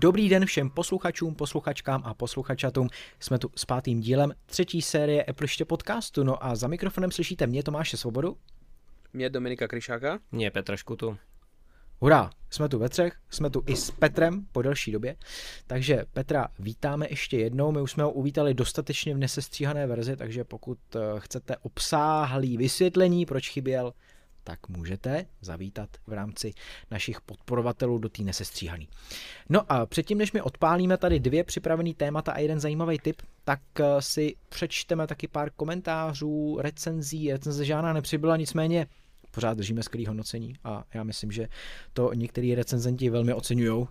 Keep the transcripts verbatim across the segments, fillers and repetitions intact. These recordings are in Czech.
Dobrý den všem posluchačům, posluchačkám a posluchačatům. Jsme tu s pátým dílem třetí série Appliště podcastu. No a za mikrofonem slyšíte mě, Tomáše Svobodu. Mě Dominika Kryšáka. Mě Petra Škutu. Hurá, jsme tu ve třech, jsme tu i s Petrem po delší době. Takže Petra vítáme ještě jednou, my už jsme ho uvítali dostatečně v nesestříhané verzi, takže pokud chcete obsáhlý vysvětlení, proč chyběl, tak můžete zavítat v rámci našich podporovatelů do té nesestříhaný. No a předtím, než mi odpálíme tady dvě připravený témata a jeden zajímavý tip, tak si přečteme taky pár komentářů, recenzí, recenze žádná nepřibyla, nicméně pořád držíme skvělý hodnocení a já myslím, že to některý recenzenti velmi oceňujou.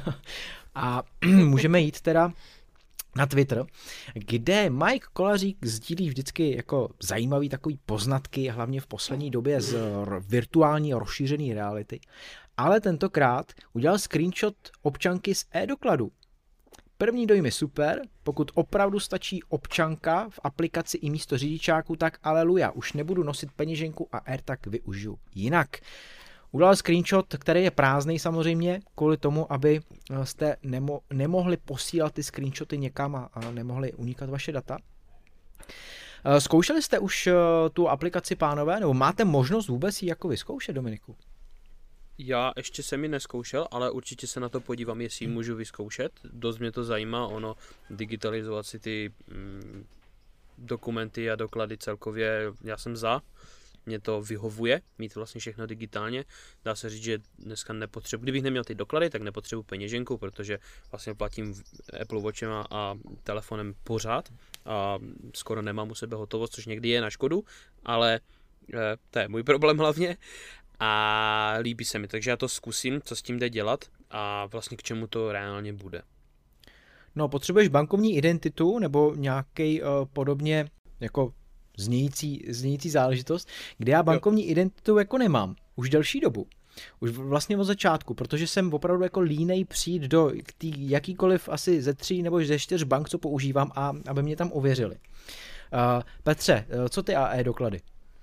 A můžeme jít teda na Twitter, kde Mike Kolařík sdílí vždycky jako zajímavý takový poznatky, hlavně v poslední době z virtuální rozšířené reality. Ale tentokrát udělal screenshot občanky z e-dokladu. První dojem je super, pokud opravdu stačí občanka v aplikaci i místo řidičáku, tak aleluja, už nebudu nosit peněženku a AirTag využiju jinak. Udělal screenshot, který je prázdnej samozřejmě, kvůli tomu, aby jste nemo- nemohli posílat ty screenshoty někam a, a nemohli unikat vaše data. Zkoušeli jste už tu aplikaci, pánové, nebo máte možnost vůbec ji jako vyzkoušet, Dominiku? Já ještě jsem ji neskoušel, ale určitě se na to podívám, jestli ji můžu vyzkoušet. Dost mě to zajímá, ono digitalizovat si ty mm, dokumenty a doklady celkově, já jsem za. Mě to vyhovuje, mít vlastně všechno digitálně. Dá se říct, že dneska nepotřebuji, kdybych neměl ty doklady, tak nepotřebuji peněženku, protože vlastně platím Apple Watchem a telefonem pořád a skoro nemám u sebe hotovost, což někdy je na škodu, ale eh, to je můj problém hlavně a líbí se mi, takže já to zkusím, co s tím jde dělat a vlastně k čemu to reálně bude. No, potřebuješ bankovní identitu nebo nějaký uh, podobně jako znějící, znějící záležitost, kde já bankovní jo. identitu jako nemám už delší dobu. Už vlastně od začátku, protože jsem opravdu jako línej přijít do tý jakýkoliv asi ze tří nebo ze čtyř bank, co používám, a aby mě tam ověřili. Uh, Petře, co ty a e-doklady?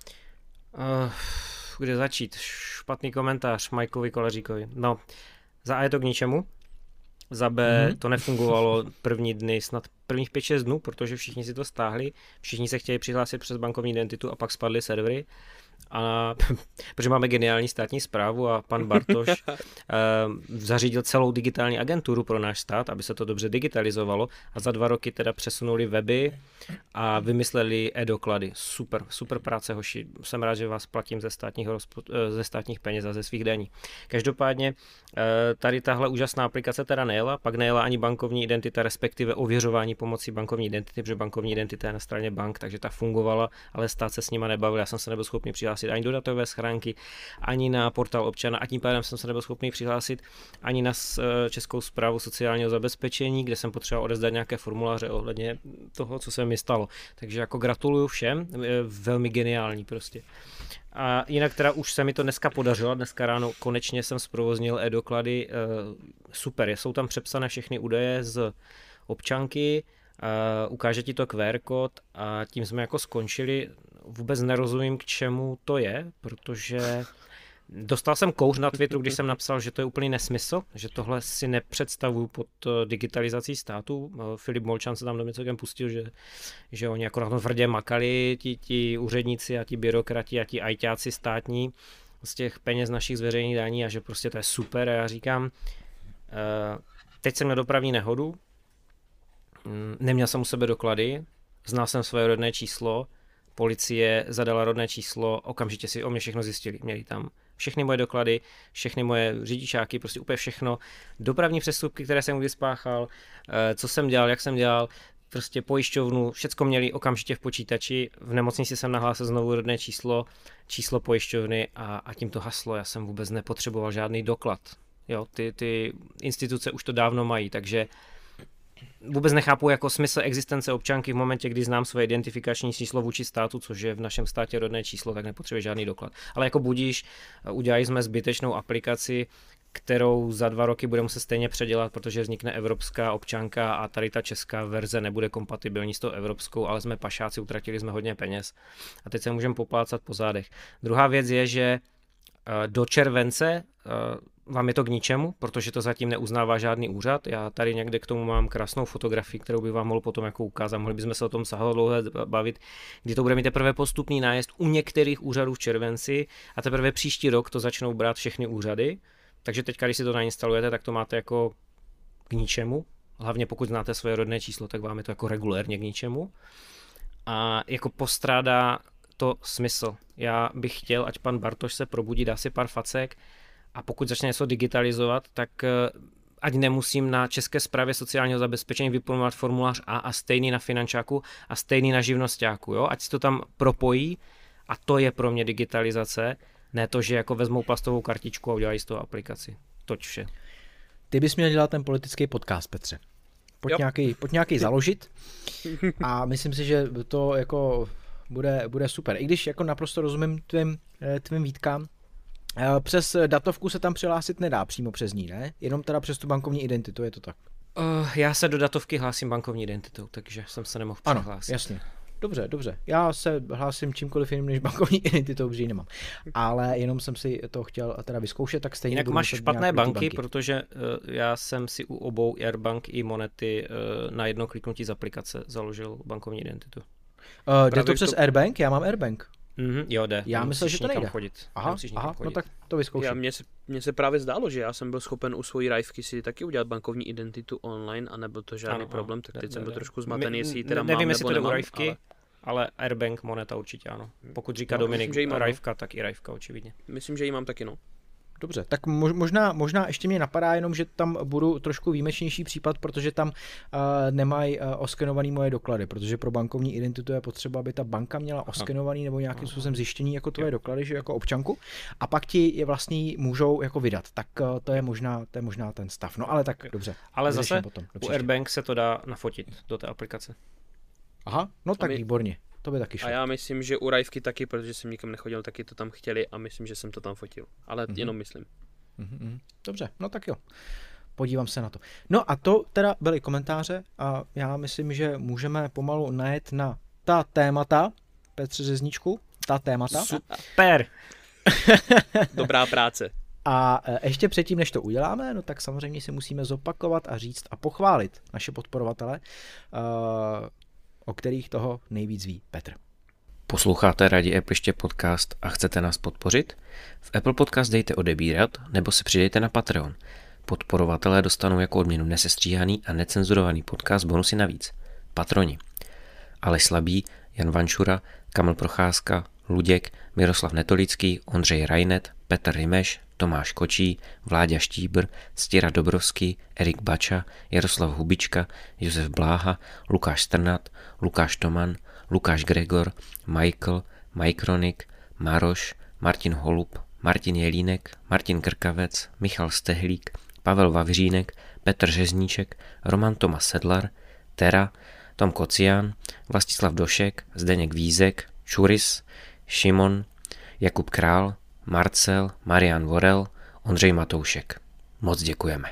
Uh, kde začít? Špatný komentář Majkovi Kolaříkovi. No, za A je to k ničemu. Za B mm-hmm. to nefungovalo první dny, snad prvních pět šest dnů, protože všichni si to stáhli, všichni se chtěli přihlásit přes bankovní identitu a pak spadly servery. A protože máme geniální státní správu a pan Bartoš uh, zařídil celou digitální agenturu pro náš stát, aby se to dobře digitalizovalo a za dva roky teda přesunuli weby a vymysleli e-doklady. Super, super práce, hoši. Jsem rád, že vás platím ze státních, rozpo- ze státních peněz a ze svých daní. Každopádně uh, tady tahle úžasná aplikace teda nejela, pak nejela ani bankovní identita, respektive ověřování pomocí bankovní identity, protože bankovní identita je na straně bank, takže ta fungovala, ale stát se s nima nebavil. Já jsem se nebyl schopný přihlásit ani do datové schránky, ani na portál občana a tím pádem jsem se nebyl schopný přihlásit ani na Českou správu sociálního zabezpečení, kde jsem potřeboval odevzdat nějaké formuláře ohledně toho, co se mi stalo. Takže jako gratuluju všem, velmi geniální prostě. A jinak teda už se mi to dneska podařilo, dneska ráno konečně jsem zprovoznil e-doklady, super, jsou tam přepsané všechny údaje z občanky, Uh, ukáže ti to Q R kód a tím jsme jako skončili. Vůbec nerozumím, k čemu to je, protože dostal jsem kouř na Twitteru, když jsem napsal, že to je úplný nesmysl, že tohle si nepředstavuju pod digitalizací státu. Uh, Filip Molčan se tam do mě celkem pustil, že, že oni jako na tom tvrdě makali, ti, ti úředníci a ti byrokrati a ti ajťáci státní z těch peněz našich z veřejných daní a že prostě to je super a já říkám, uh, teď jsem měl dopravní nehodu, neměl jsem u sebe doklady, znal jsem své rodné číslo, policie zadala rodné číslo, okamžitě si o mě všechno zjistili. Měli tam všechny moje doklady, všechny moje řidičáky, prostě úplně všechno, dopravní přestupky, které jsem kdy spáchal, co jsem dělal, jak jsem dělal, prostě pojišťovnu, všecko měli okamžitě v počítači, v nemocnici jsem nahlásil znovu rodné číslo, číslo pojišťovny a, a tím to haslo, já jsem vůbec nepotřeboval žádný doklad. Jo, ty, ty instituce už to dávno mají, takže vůbec nechápu jako smysl existence občanky v momentě, kdy znám své identifikační číslo vůči státu, což je v našem státě rodné číslo, tak nepotřebuje žádný doklad. Ale jako budíš, udělali jsme zbytečnou aplikaci, kterou za dva roky budeme muset stejně předělat, protože vznikne evropská občanka a tady ta česká verze nebude kompatibilní s tou evropskou, ale jsme pašáci, utratili jsme hodně peněz a teď se můžeme poplácat po zádech. Druhá věc je, že do července vám je to k ničemu, protože to zatím neuznává žádný úřad. Já tady někde k tomu mám krásnou fotografii, kterou bych vám mohl potom jako ukázat. Mohli bychom se o tom dlouho bavit, kdy to bude mít teprve postupný nájezd u některých úřadů v červenci a teprve příští rok to začnou brát všechny úřady. Takže teď, když si to nainstalujete, tak to máte jako k ničemu. Hlavně pokud znáte svoje rodné číslo, tak vám je to jako regulérně k ničemu. A jako postrádá to smysl. Já bych chtěl, ať pan Bartoš se probudí, dá si pár facek a pokud začne něco digitalizovat, tak ať nemusím na České správě sociálního zabezpečení vyplňovat formulář A a stejný na finančáku a stejný na živnosťáku. Jo? Ať si to tam propojí a to je pro mě digitalizace, ne to, že jako vezmou plastovou kartičku a udělají z toho aplikaci. Toť vše. Ty bys měl dělat ten politický podcast, Petře. Pojď nějaký, pojď nějaký založit a myslím si, že to jako bude, bude super. I když jako naprosto rozumím tvým, tvým výtkám, přes datovku se tam přihlásit nedá přímo přes ní, ne? Jenom teda přes tu bankovní identitu, je to tak? Uh, já se do datovky hlásím bankovní identitou, takže jsem se nemohl přihlásit. Ano, jasně. Dobře, dobře. Já se hlásím čímkoliv jiným než bankovní identitou, protože ji nemám. Ale jenom jsem si to chtěl teda vyzkoušet, tak stejně. Jinak máš špatné banky, banky, protože uh, já jsem si u obou Airbank i Monety uh, na jedno kliknutí z aplikace založil bankovní identitu. Uh, jde to přes to... Airbank? Já mám Airbank. Mm-hmm, jo, jde. Já myslím, že to nejde. Chodit. Aha, aha no tak to vyzkouším. Mně se, mně se právě zdálo, že já jsem byl schopen u svojí rajvky si taky udělat bankovní identitu online a nebyl to žádný ano, problém, tak teď ne, jsem byl trošku zmatený, jestli teda nevím, mám jestli nebo to nemám. U rajvky, ale... ale Airbank, Moneta určitě ano. Pokud říká no, Dominik myslím, rajvka, tak i rajvka očividně. Myslím, že ji mám taky, no. Dobře, tak možná, možná ještě mě napadá jenom, že tam budu trošku výjimečnější případ, protože tam uh, nemají uh, oskenovaný moje doklady, protože pro bankovní identitu je potřeba, aby ta banka měla oskenovaný nebo nějakým způsobem zjištění jako tvoje doklady, že jako občanku, a pak ti je vlastně můžou jako vydat. Tak uh, to je možná, to je možná ten stav. No ale tak dobře. Ale zase potom, u Airbank se to dá nafotit do té aplikace. Aha, no tak my... výborně. To by taky šlo. A já myslím, že u rajvky taky, protože jsem nikam nechodil, taky to tam chtěli a myslím, že jsem to tam fotil. Ale mm-hmm. jenom myslím. Mm-hmm. Dobře, no tak jo. Podívám se na to. No a to teda byly komentáře a já myslím, že můžeme pomalu najet na ta témata, Petře Řezničku, ta témata. Super! Dobrá práce. A ještě předtím, než to uděláme, no tak samozřejmě si musíme zopakovat a říct a pochválit naše podporovatele, uh, o kterých toho nejvíc ví Petr. Posloucháte Rádi Apple podcast a chcete nás podpořit? V Apple Podcast dejte odebírat nebo se přidejte na Patreon. Podporovatelé dostanou jako odměnu nesestříhaný a necenzurovaný podcast bonusy navíc. Patroni: Aleš Slabý, Jan Vanšura, Kamil Procházka, Luděk, Miroslav Netolický, Ondřej Rajnet, Petr Rimeš, Tomáš Kočí, Vláďa Štíbr, Ctira Dobrovský, Erik Bača, Jaroslav Hubička, Josef Bláha, Lukáš Strnat, Lukáš Toman, Lukáš Gregor, Michael, Majkronik, Maroš, Martin Holub, Martin Jelínek, Martin Krkavec, Michal Stehlík, Pavel Vavřínek, Petr Řezníček, Roman Tomas Sedlar, Tera, Tom Kocián, Vlastislav Došek, Zdeněk Vízek, Čuris, Šimon, Jakub Král, Marcel, Marian Vorel, Ondřej Matoušek. Moc děkujeme.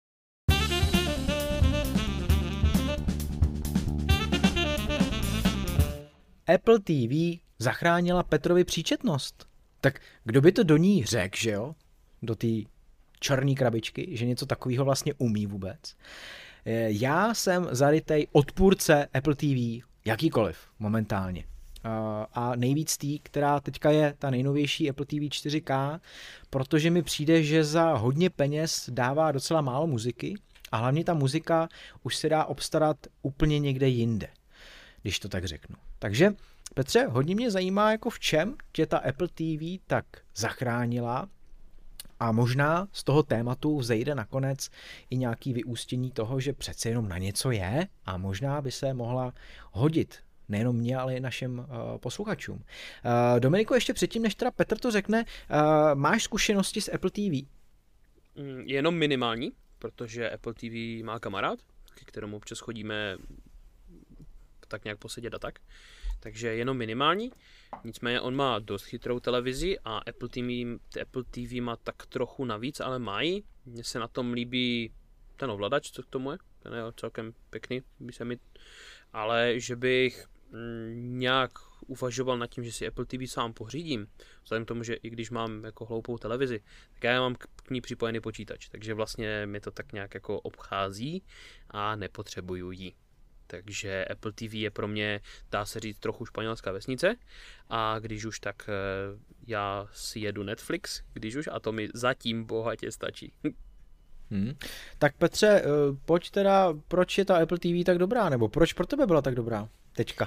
Apple T V zachránila Petrovi příčetnost. Tak kdo by to do ní řekl, že jo? Do té černé krabičky, že něco takového vlastně umí vůbec. Já jsem zarytej odpůrce Apple T V, jakýkoliv momentálně. A nejvíc tý, která teďka je ta nejnovější Apple T V čtyři K, protože mi přijde, že za hodně peněz dává docela málo muziky a hlavně ta muzika už se dá obstarat úplně někde jinde, když to tak řeknu. Takže Petře, hodně mě zajímá, jako v čem tě ta Apple T V tak zachránila a možná z toho tématu vzejde nakonec i nějaký vyústění toho, že přece jenom na něco je a možná by se mohla hodit nejenom mě, ale i našim uh, posluchačům. Uh, Dominiku, ještě předtím, než teda Petr to řekne, uh, máš zkušenosti s Apple T V? Jenom minimální, protože Apple T V má kamarád, k kterému občas chodíme tak nějak posedět a tak. Takže jenom minimální. Nicméně on má dost chytrou televizi a Apple T V, Apple T V má tak trochu navíc, ale mají. Mně se na tom líbí ten ovladač, co k tomu je. Ten je celkem pěkný, by se mi... Ale že bych mm, nějak uvažoval nad tím, že si Apple T V sám pořídím, vzhledem k tomu, že i když mám jako hloupou televizi, tak já mám k ní připojený počítač, takže vlastně mi to tak nějak jako obchází a nepotřebuju ji. Takže Apple T V je pro mě, dá se říct, trochu španělská vesnice a když už, tak já si jedu Netflix, když už, a to mi zatím bohatě stačí. Hmm. Tak Petře, pojď teda, proč je ta Apple T V tak dobrá, nebo proč pro tebe byla tak dobrá teďka?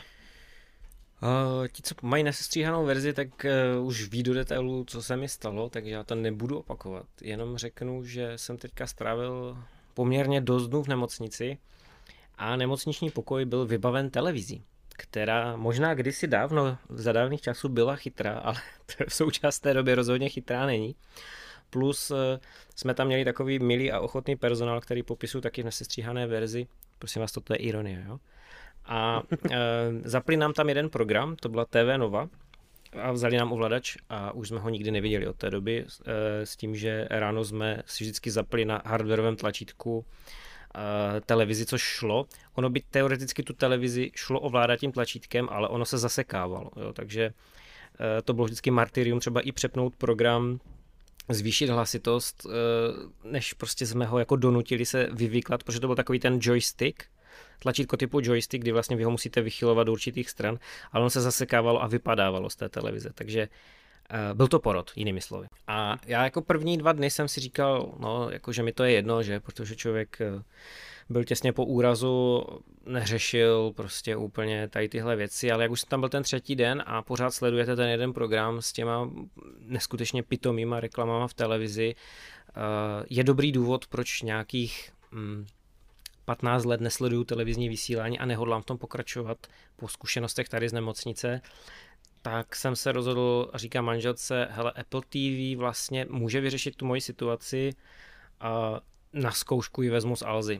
Uh, ti, co mají nesestříhanou verzi, tak uh, už ví do detailu, co se mi stalo, takže já to nebudu opakovat. Jenom řeknu, že jsem teďka strávil poměrně dost dnů v nemocnici a nemocniční pokoj byl vybaven televizí, která možná kdysi dávno, za dávných časů byla chytrá, ale v současné době rozhodně chytrá není. Plus uh, jsme tam měli takový milý a ochotný personál, který popisují taky v nesestříhané verzi. Prosím vás, toto je ironie, jo? A e, zapli nám tam jeden program, to byla T V Nova, a vzali nám ovladač a už jsme ho nikdy neviděli od té doby, e, s tím, že ráno jsme si vždycky zapli na hardwarovém tlačítku e, televizi, což šlo. Ono by teoreticky tu televizi šlo ovládat tím tlačítkem, ale ono se zasekávalo, jo, takže e, to bylo vždycky martyrium, třeba i přepnout program, zvýšit hlasitost, e, než prostě jsme ho jako donutili se vyvyklat, protože to byl takový ten joystick, tlačítko typu joystick, kdy vlastně vy ho musíte vychylovat do určitých stran, ale on se zasekávalo a vypadávalo z té televize, takže uh, byl to porod, jinými slovy. A já jako první dva dny jsem si říkal, no, jako že mi to je jedno, že, protože člověk uh, byl těsně po úrazu, neřešil prostě úplně tady tyhle věci, ale jak už tam byl ten třetí den a pořád sledujete ten jeden program s těma neskutečně pitomýma reklamama v televizi, uh, je dobrý důvod, proč nějakých um, patnáct let nesleduju televizní vysílání a nehodlám v tom pokračovat po zkušenostech tady z nemocnice, tak jsem se rozhodl a říkám manželce, hele, Apple T V vlastně může vyřešit tu moji situaci a na zkoušku ji vezmu z Alzy.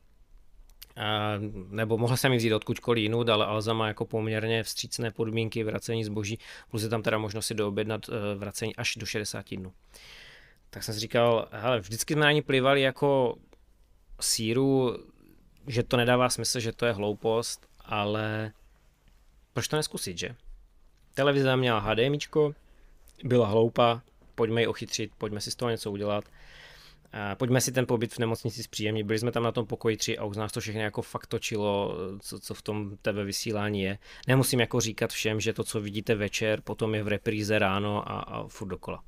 A, nebo mohl jsem ji vzít odkudkoliv jinut, ale Alza má jako poměrně vstřícné podmínky vracení zboží, plus je tam teda možnost si doobjednat vracení až do šedesáti dnů. Tak jsem si říkal, hele, vždycky jsme na ní plivali jako síru, že to nedává smysl, že to je hloupost, ale proč to neskusit, že? Televize měla HDMIčko, byla hloupá, pojďme ji ochytřit, pojďme si z toho něco udělat. A pojďme si ten pobyt v nemocnici zpříjemnit. Byli jsme tam na tom pokoji tři a už nás to všechno jako fakt točilo, co, co v tom T V vysílání je. Nemusím jako říkat všem, že to, co vidíte večer, potom je v repríze ráno a, a furt dokola.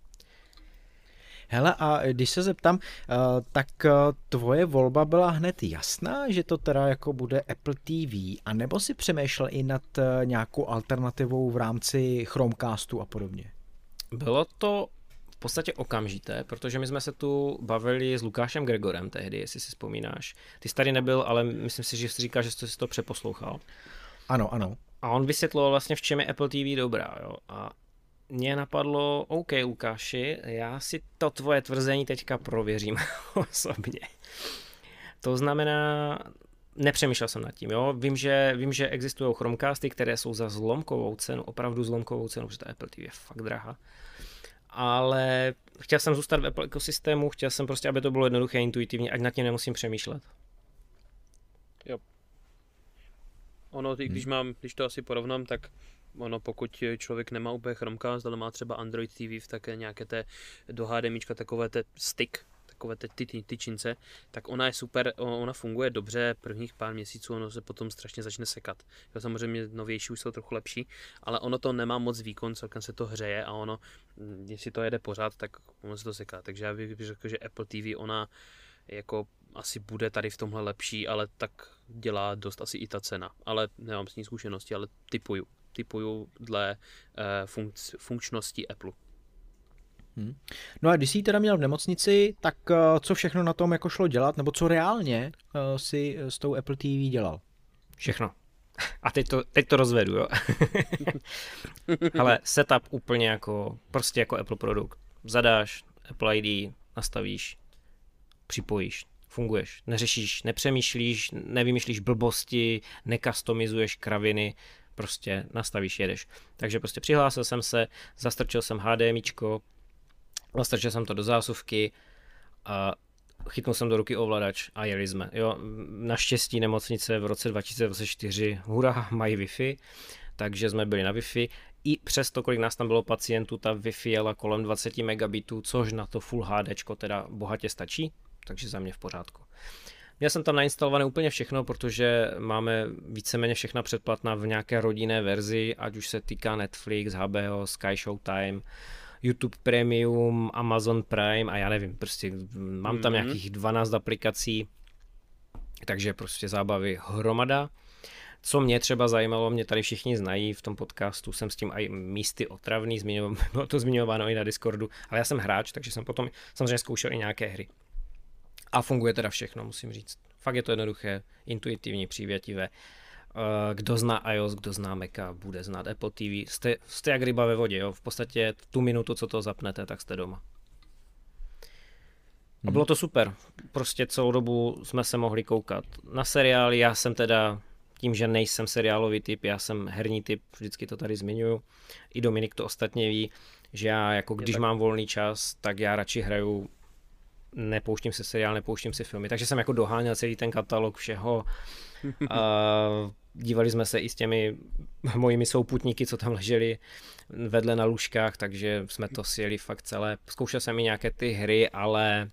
Hele, a když se zeptám, tak tvoje volba byla hned jasná, že to teda jako bude Apple T V, anebo si přemýšlel i nad nějakou alternativou v rámci Chromecastu a podobně? Bylo to v podstatě okamžité, protože my jsme se tu bavili s Lukášem Gregorem tehdy, jestli si vzpomínáš. Ty jsi tady nebyl, ale myslím si, že jsi říkal, že jsi to přeposlouchal. Ano, ano. A on vysvětloval vlastně, v čem je Apple T V dobrá, jo. A mě napadlo, OK, Lukáši, já si to tvoje tvrzení teďka prověřím osobně. To znamená, nepřemýšlel jsem nad tím, jo. Vím, že, vím, že existují Chromecasty, které jsou za zlomkovou cenu, opravdu zlomkovou cenu, protože ta Apple T V je fakt drahá. Ale chtěl jsem zůstat v Apple ekosystému, chtěl jsem prostě, aby to bylo jednoduché, intuitivně, ať nad tím nemusím přemýšlet. Jo. Ono, když, mám, když to asi porovnám, tak ono, pokud člověk nemá úplně Chromecast, ale má třeba Android T V v také nějaké té do HDMIčka takové té stick, takové ty, ty, ty tyčince, tak ona je super, ona funguje dobře, prvních pár měsíců ono se potom strašně začne sekat. Jo, samozřejmě novější už jsou trochu lepší, ale ono to nemá moc výkon, celkem se to hřeje a ono, jestli to jede pořád, tak ono se to seká. Takže já bych řekl, že Apple T V, ona jako asi bude tady v tomhle lepší, ale tak dělá dost asi i ta cena. Ale nemám s ní zkušenosti, ale typuju. typuju dle uh, funkc- funkčnosti Apple. Hmm. No a když jsi teda měl v nemocnici, tak uh, co všechno na tom jako šlo dělat, nebo co reálně uh, si s tou Apple T V dělal? Všechno. A teď to, teď to rozvedu, jo. Ale setup úplně jako, prostě jako Apple produkt. Zadáš Apple I D, nastavíš, připojíš, funguješ. Neřešíš, nepřemýšlíš, nevymýšlíš blbosti, nekastomizuješ kraviny, prostě nastavíš, jedeš. Takže prostě přihlásil jsem se, zastrčil jsem HDMIčko, zastrčil jsem to do zásuvky a chytnul jsem do ruky ovladač a jeli jsme. Jo, naštěstí nemocnice v roce dva tisíce dvacet čtyři, hurá, mají Wi-Fi, takže jsme byli na Wi-Fi. I přesto, kolik nás tam bylo pacientů, ta Wi-Fi jela kolem dvacet megabitů, což na to Full HDčko teda bohatě stačí, takže za mě v pořádku. Měl jsem tam nainstalované úplně všechno, protože máme víceméně všechna předplatná v nějaké rodinné verzi, ať už se týká Netflix, H B O, Sky Showtime, YouTube Premium, Amazon Prime a já nevím, prostě mám tam mm-hmm. nějakých dvanáct aplikací, takže prostě zábavy hromada. Co mě třeba zajímalo, mě tady všichni znají, v tom podcastu jsem s tím i místy otravný, zmiňoval, bylo to zmiňováno i na Discordu, ale já jsem hráč, takže jsem potom samozřejmě zkoušel i nějaké hry. A funguje teda všechno, musím říct. Fakt je to jednoduché, intuitivní, přívětivé. Kdo zná iOS, kdo zná Maca, bude znát Apple T V. Jste, jste jak ryba ve vodě, jo? V podstatě tu minutu, co to zapnete, tak jste doma. A bylo to super. Prostě celou dobu jsme se mohli koukat na seriály. Já jsem teda, tím, že nejsem seriálový typ, já jsem herní typ, vždycky to tady zmiňuju. I Dominik to ostatně ví, že já, jako když mám volný čas, tak já radši hraju, nepouštím si seriál, nepouštím si filmy. Takže jsem jako doháněl celý ten katalog všeho. A dívali jsme se i s těmi mojimi souputníky, co tam leželi vedle na lůžkách, takže jsme to sjeli fakt celé. Zkoušel jsem i nějaké ty hry, ale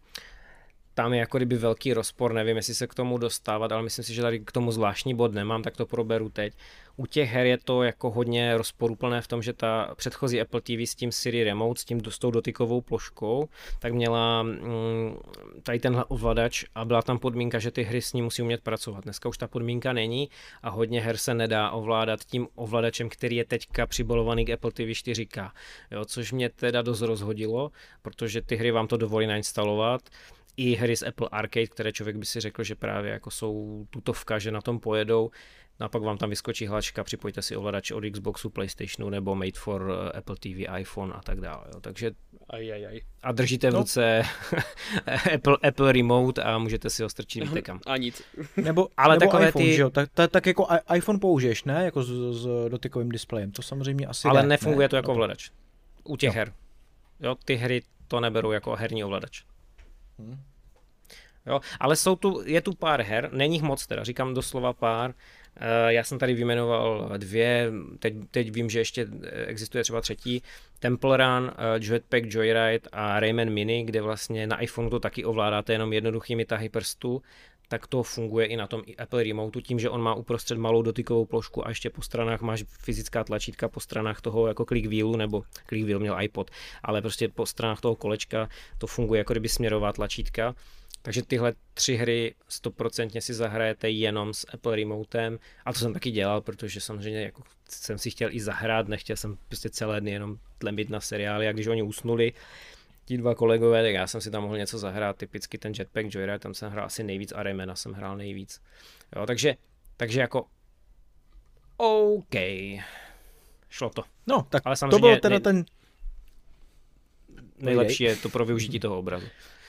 tam je jako kdyby velký rozpor, nevím, jestli se k tomu dostávat, ale myslím si, že tady k tomu zvláštní bod nemám, tak to proberu teď. U těch her je to jako hodně rozporuplné v tom, že ta předchozí Apple T V s tím Siri Remote, s tím s tou dotykovou ploškou, tak měla mm, tady tenhle ovladač a byla tam podmínka, že ty hry s ním musí umět pracovat. Dneska už ta podmínka není a hodně her se nedá ovládat tím ovladačem, který je teďka přibolovaný k Apple T V čtyři K, jo, což mě teda dost rozhodilo, protože ty hry vám to dovolí nainstalovat. I hry z Apple Arcade, které člověk by si řekl, že právě jako jsou tutovka, že na tom pojedou. No a pak vám tam vyskočí hlačka, připojte si ovladač od Xboxu, PlayStationu nebo Made for Apple T V, iPhone a tak dále. Jo. Takže aj, aj, aj. A držíte v ruce no. Apple, Apple Remote a můžete si ho strčit víte kam. A nic. Nebo, ale nebo takové iPhone, ty... že jo? Tak, tak, tak jako iPhone použiješ, ne? Jako s, s dotykovým displejem. To samozřejmě asi ale ne, nefunguje ne? to jako ovladač. U těch jo. her. Jo, ty hry to neberou jako herní ovladač. Hmm. Jo, ale jsou tu, je tu pár her, není jich moc teda, říkám doslova pár. Já jsem tady vyjmenoval dvě, teď, teď vím, že ještě existuje třeba třetí. Temple Run, Jetpack Joyride a Rayman Mini, kde vlastně na iPhoneu to taky ovládáte jenom jednoduchými tahy prstů, tak to funguje i na tom Apple Remote, tím, že on má uprostřed malou dotykovou plošku a ještě po stranách máš fyzická tlačítka po stranách toho jako click wheelu, nebo click wheel měl iPod, ale prostě po stranách toho kolečka to funguje jako kdyby směrová tlačítka. Takže tyhle tři hry stoprocentně si zahrajete jenom s Apple Remotem a to jsem taky dělal, protože samozřejmě jako jsem si chtěl i zahrát, nechtěl jsem prostě celé dny jenom tlemit na seriály a když oni usnuli, ti dva kolegové, tak já jsem si tam mohl něco zahrát, typicky ten Jetpack Joyride, tam jsem hrál asi nejvíc a Raymana jsem hrál nejvíc. Jo, takže, takže jako OK, šlo to. No, tak ale to bylo teda nej... ten... Nejlepší je to pro využití toho obrazu.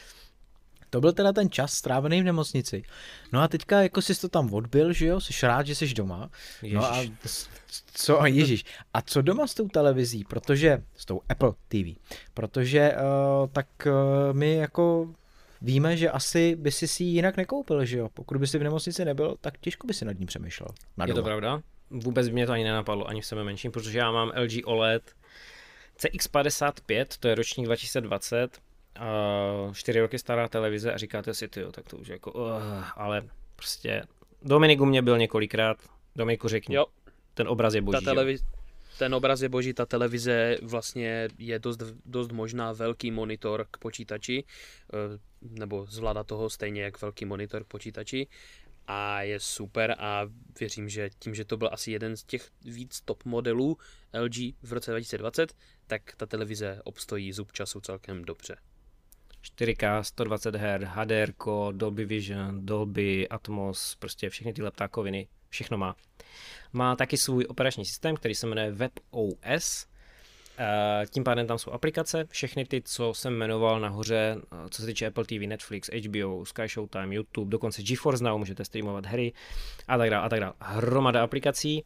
To byl teda ten čas strávený v nemocnici. No a teďka jako jsi to tam odbil, že jo, jsi rád, že jsi doma. Ježiš. No a co, ježiš, a co doma s tou televizí, protože, s tou Apple T V, protože uh, tak uh, my jako víme, že asi by si si ji jinak nekoupil, že jo, pokud by si v nemocnici nebyl, tak těžko by si nad ní přemýšlel. Je to pravda, vůbec by mě to ani nenapadlo, ani v sebe menším, protože já mám L G O L E D C X padesát pět, to je ročník dva tisíce dvacet, Uh, čtyři roky stará televize a říkáte si, tyjo, tak to už jako, uh, ale prostě Dominik u mě byl několikrát, Dominiku řekni, jo. Ten obraz je boží. Televiz- ten obraz je boží, ta televize vlastně je dost, dost možná velký monitor k počítači, uh, nebo zvláda toho stejně jak velký monitor k počítači a je super a věřím, že tím, že to byl asi jeden z těch víc top modelů L G v roce dva tisíce dvacet, tak ta televize obstojí zub času celkem dobře. čtyři K, sto dvacet her, H D R, Dolby Vision, Dolby Atmos, prostě všechny ty ptákoviny, všechno má. Má taky svůj operační systém, který se jmenuje WebOS. Tím pádem tam jsou aplikace, všechny ty, co jsem jmenoval nahoře, co se týče Apple T V, Netflix, H B O, Sky Showtime, YouTube, dokonce GeForce Now, můžete streamovat hry a tak dále, a tak dále. Hromada aplikací.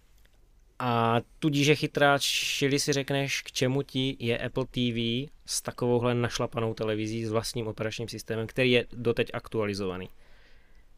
A tudíž je chytrá, čili si řekneš, k čemu ti je Apple T V s takovouhle našlapanou televizí s vlastním operačním systémem, který je doteď aktualizovaný.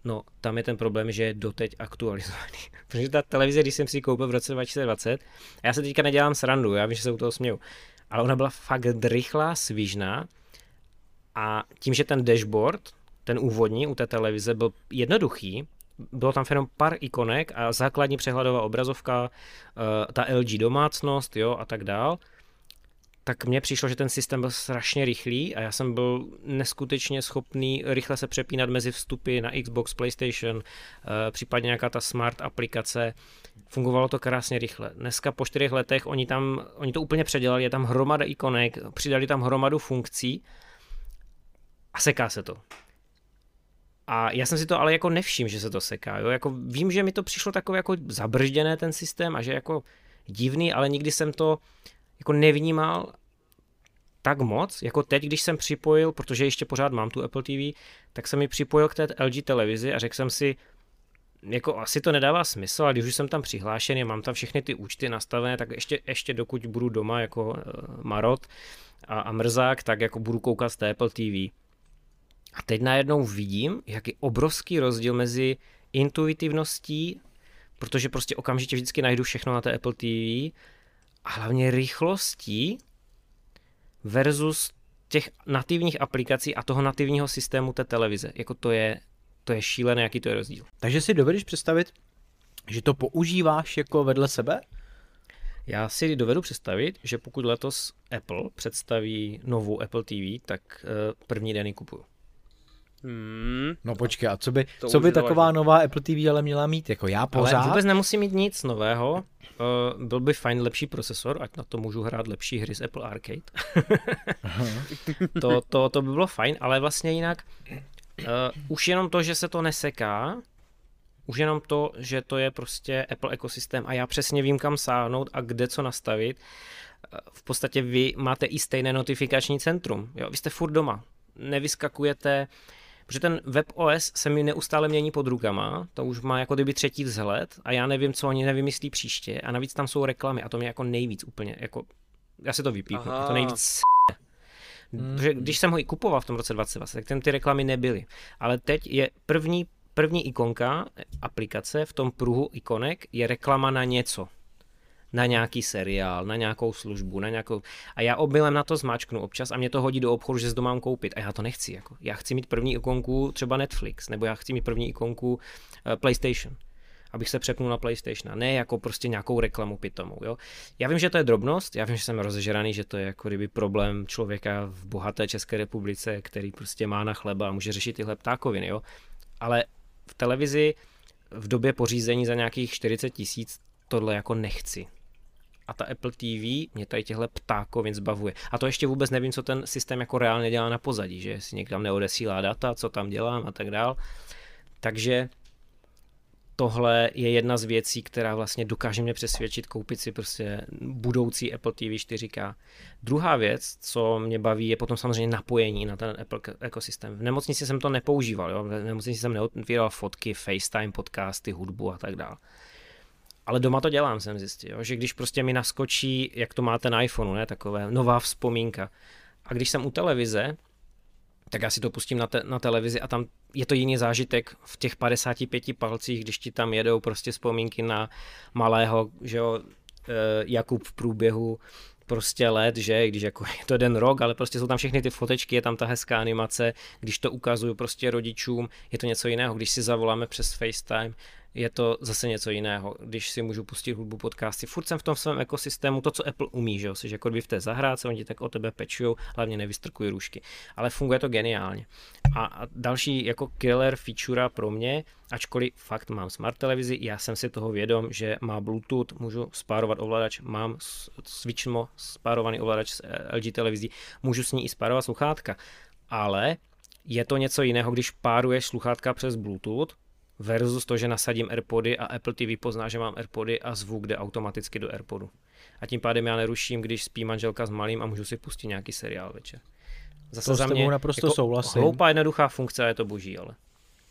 No, tam je ten problém, že je doteď aktualizovaný. Protože ta televize, když jsem si ji koupil v roce dva tisíce dvacet, a já se teďka nedělám srandu, já vím, že se u toho směju, ale ona byla fakt rychlá, svižná a tím, že ten dashboard, ten úvodní u té televize byl jednoduchý, bylo tam jenom pár ikonek a základní přehledová obrazovka, ta L G domácnost, jo, a tak dál, tak mně přišlo, že ten systém byl strašně rychlý a já jsem byl neskutečně schopný rychle se přepínat mezi vstupy na Xbox, PlayStation, případně nějaká ta smart aplikace. Fungovalo to krásně rychle. Dneska po čtyřech letech oni, tam, oni to úplně předělali, je tam hromada ikonek, přidali tam hromadu funkcí a seká se to. A já jsem si to ale jako nevšiml, že se to seká. Jo? Jako vím, že mi to přišlo takové jako zabržděné ten systém a že jako divný, ale nikdy jsem to jako nevnímal tak moc, jako teď, když jsem připojil, protože ještě pořád mám tu Apple T V, tak jsem mi připojil k té L G televizi a řekl jsem si, jako asi to nedává smysl, ale když už jsem tam přihlášený, mám tam všechny ty účty nastavené, tak ještě, ještě dokud budu doma jako uh, marot a, a mrzák, tak jako budu koukat z té Apple T V. A teď najednou vidím, jak je obrovský rozdíl mezi intuitivností, protože prostě okamžitě vždycky najdu všechno na té Apple T V, a hlavně rychlostí versus těch nativních aplikací a toho nativního systému té televize. Jako to je, to je šílené, jaký to je rozdíl. Takže si dovedeš představit, že to používáš jako vedle sebe? Já si dovedu představit, že pokud letos Apple představí novou Apple T V, tak uh, první den ji kupuju. Hmm. No počkej, a co by, co by taková daleko. nová Apple T V ale měla mít? Jako já pořád? Ale vůbec nemusí mít nic nového. Uh, byl by fajn lepší procesor, ať na to můžu hrát lepší hry z Apple Arcade. to, to, to by bylo fajn, ale vlastně jinak uh, už jenom to, že se to neseká, už jenom to, že to je prostě Apple ekosystém a já přesně vím, kam sáhnout a kde co nastavit. Uh, v podstatě vy máte i stejné notifikační centrum. Jo? Vy jste furt doma. Nevyskakujete, protože ten WebOS se mi neustále mění pod rukama, to už má jako kdyby třetí vzhled a já nevím, co oni nevymyslí příště a navíc tam jsou reklamy a to mě jako nejvíc úplně, jako, já si to vypípnu, to nejvíc hmm. Protože když jsem ho i kupoval v tom roce dvacet dvacet, tak tam ty reklamy nebyly, ale teď je první, první ikonka aplikace v tom pruhu ikonek je reklama na něco. Na nějaký seriál, na nějakou službu, na nějakou... A já omylem na to zmáčknu občas a mě to hodí do obchodu, že si to mám koupit. A já to nechci. Jako. Já chci mít první ikonku třeba Netflix, nebo já chci mít první ikonku uh, PlayStation, abych se přepnul na PlayStation. Ne jako prostě nějakou reklamu pitomou. Jo? Já vím, že to je drobnost, já vím, že jsem rozežraný, že to je jako kdyby problém člověka v bohaté České republice, který prostě má na chleba a může řešit tyhle ptákoviny. Jo? Ale v televizi v době pořízení za nějakých čtyřicet tisíc tohle jako nechci. A ta Apple T V mě tady těchto ptákovin zbavuje. A to ještě vůbec nevím, co ten systém jako reálně dělá na pozadí, že si někam neodesílá data, co tam dělám a tak dál. Takže tohle je jedna z věcí, která vlastně dokáže mě přesvědčit koupit si prostě budoucí Apple T V čtyři K. Druhá věc, co mě baví, je potom samozřejmě napojení na ten Apple ekosystém. V nemocnici jsem to nepoužíval, jo? V nemocnici jsem neotvíral fotky, FaceTime, podcasty, hudbu a tak dál. Ale doma to dělám, jsem zjistil, jo? Že když prostě mi naskočí, jak to máte na iPhoneu, ne, takové nová vzpomínka. A když jsem u televize, tak já si to pustím na, te- na televizi a tam je to jiný zážitek v těch padesáti pěti palcích, když ti tam jedou prostě vzpomínky na malého, že jo, e, Jakub v průběhu prostě let, že, když jako je to den rok, ale prostě jsou tam všechny ty fotečky, je tam ta hezká animace, když to ukazuju prostě rodičům, je to něco jiného, když si zavoláme přes FaceTime, je to zase něco jiného, když si můžu pustit hudbu, podcasty, furt jsem v tom svém ekosystému, to, co Apple umí, že jo, jsi jako kdyby v té zahrádce, oni ti tak o tebe pečujou, hlavně nevystrkují růžky, ale funguje to geniálně. A, a další jako killer feature pro mě, ačkoliv fakt mám smart televizi, já jsem si toho vědom, že má Bluetooth, můžu spárovat ovladač, mám Switchmo spárovaný ovladač s L G televizí, můžu s ní i spárovat sluchátka, ale je to něco jiného, když páruješ sluchátka přes Bluetooth, versus to, že nasadím AirPody a Apple T V pozná, že mám AirPody a zvuk jde automaticky do AirPodu. A tím pádem já neruším, když spí manželka s malým a můžu si pustit nějaký seriál večer. Zase to za mě mě naprosto jako souhlasím. Hloupá jednoduchá funkce a je to boží, ale.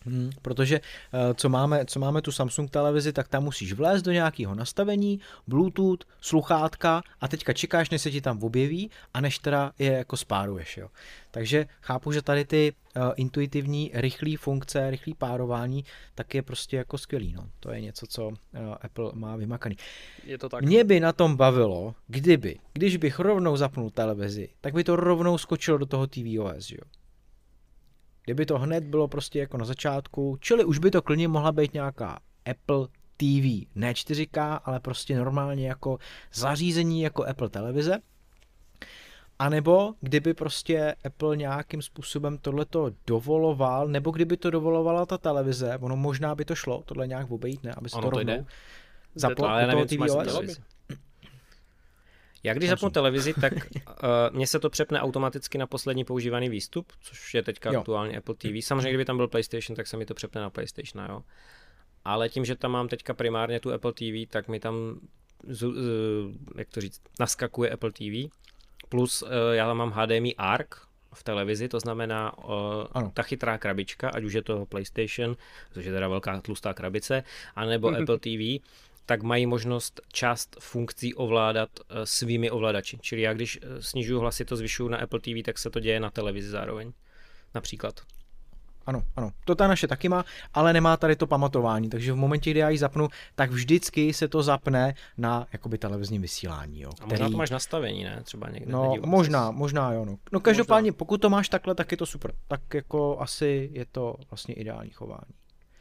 Hmm, protože co máme, co máme tu Samsung televizi, tak tam musíš vlézt do nějakého nastavení, Bluetooth, sluchátka a teďka čekáš, než se ti tam objeví a než teda je jako spáruješ. Jo. Takže chápu, že tady ty uh, intuitivní, rychlé funkce, rychlé párování, tak je prostě jako skvělý. No. To je něco, co uh, Apple má vymakaný. Je to tak. Mě by na tom bavilo, kdyby, když bych rovnou zapnul televizi, tak by to rovnou skočilo do toho tvOS, jo. Kdyby to hned bylo prostě jako na začátku, čili už by to klidně mohla být nějaká Apple T V, ne čtyři ká, ale prostě normálně jako zařízení jako Apple televize. A nebo kdyby prostě Apple nějakým způsobem tohleto dovoloval, nebo kdyby to dovolovala ta televize, ono možná by to šlo, tohle nějak obejít, ne, aby se ono to to rovnou jde. zaplo Ale do toho nevím, co máš tvOS. televizi. Já když zapnu televizi, tak uh, mně se to přepne automaticky na poslední používaný výstup, což je teďka jo. aktuálně Apple T V. Samozřejmě, kdyby tam byl PlayStation, tak se mi to přepne na PlayStation, jo. Ale tím, že tam mám teďka primárně tu Apple T V, tak mi tam, z, z, jak to říct, naskakuje Apple T V. Plus uh, já tam mám H D M I A R C v televizi, to znamená uh, ta chytrá krabička, ať už je to PlayStation, což je teda velká tlustá krabice, anebo Apple T V, tak mají možnost část funkcí ovládat svými ovladači. Čili já když snižuju hlasitost, zvyšuju na Apple T V, tak se to děje na televizi zároveň. Například. Ano, ano. To ta naše taky má, ale nemá tady to pamatování, takže v momentě, kdy já ji zapnu, tak vždycky se to zapne na jakoby televizním vysílání. Jo, který... který... A možná to máš nastavení, ne? Třeba někde. No, možná, možná jo. No, no každopádně, pokud to máš takhle, tak je to super. Tak jako asi je to vlastně ideální chování.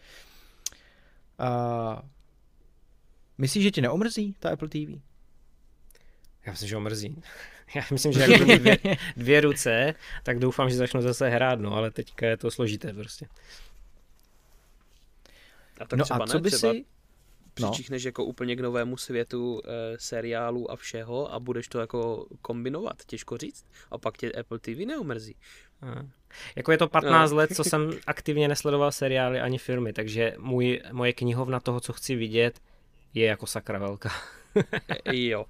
Uh... Myslíš, že ti neomrzí ta Apple T V? Já myslím, že omrzí. Já myslím, že jak dvě, dvě ruce, tak doufám, že začnu zase hrát, no, ale teďka je to složité prostě. A tak no třeba a co ne, by třeba si... přičichneš no. jako úplně k novému světu e, seriálu a všeho a budeš to jako kombinovat, těžko říct. A pak tě Apple T V neomrzí. A. Jako je to patnáct no. let, co jsem aktivně nesledoval seriály ani filmy, takže můj, moje knihovna toho, co chci vidět, je jako sakra velká. e, jo.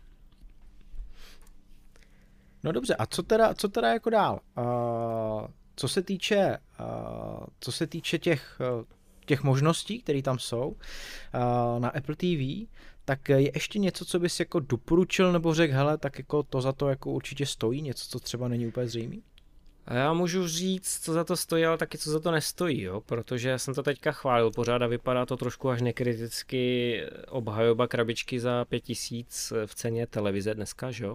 No dobře, a co teda, co teda jako dál? Uh, co se týče, uh, co se týče těch, uh, těch možností, které tam jsou uh, na Apple T V, tak je ještě něco, co bys jako doporučil nebo řekl, hele, tak jako to za to jako určitě stojí, něco, co třeba není úplně zřejmý? A já můžu říct, co za to stojí, ale taky co za to nestojí, jo? Protože já jsem to teďka chválil pořád a vypadá to trošku až nekriticky obhajoba krabičky za pět tisíc v ceně televize dneska, že jo?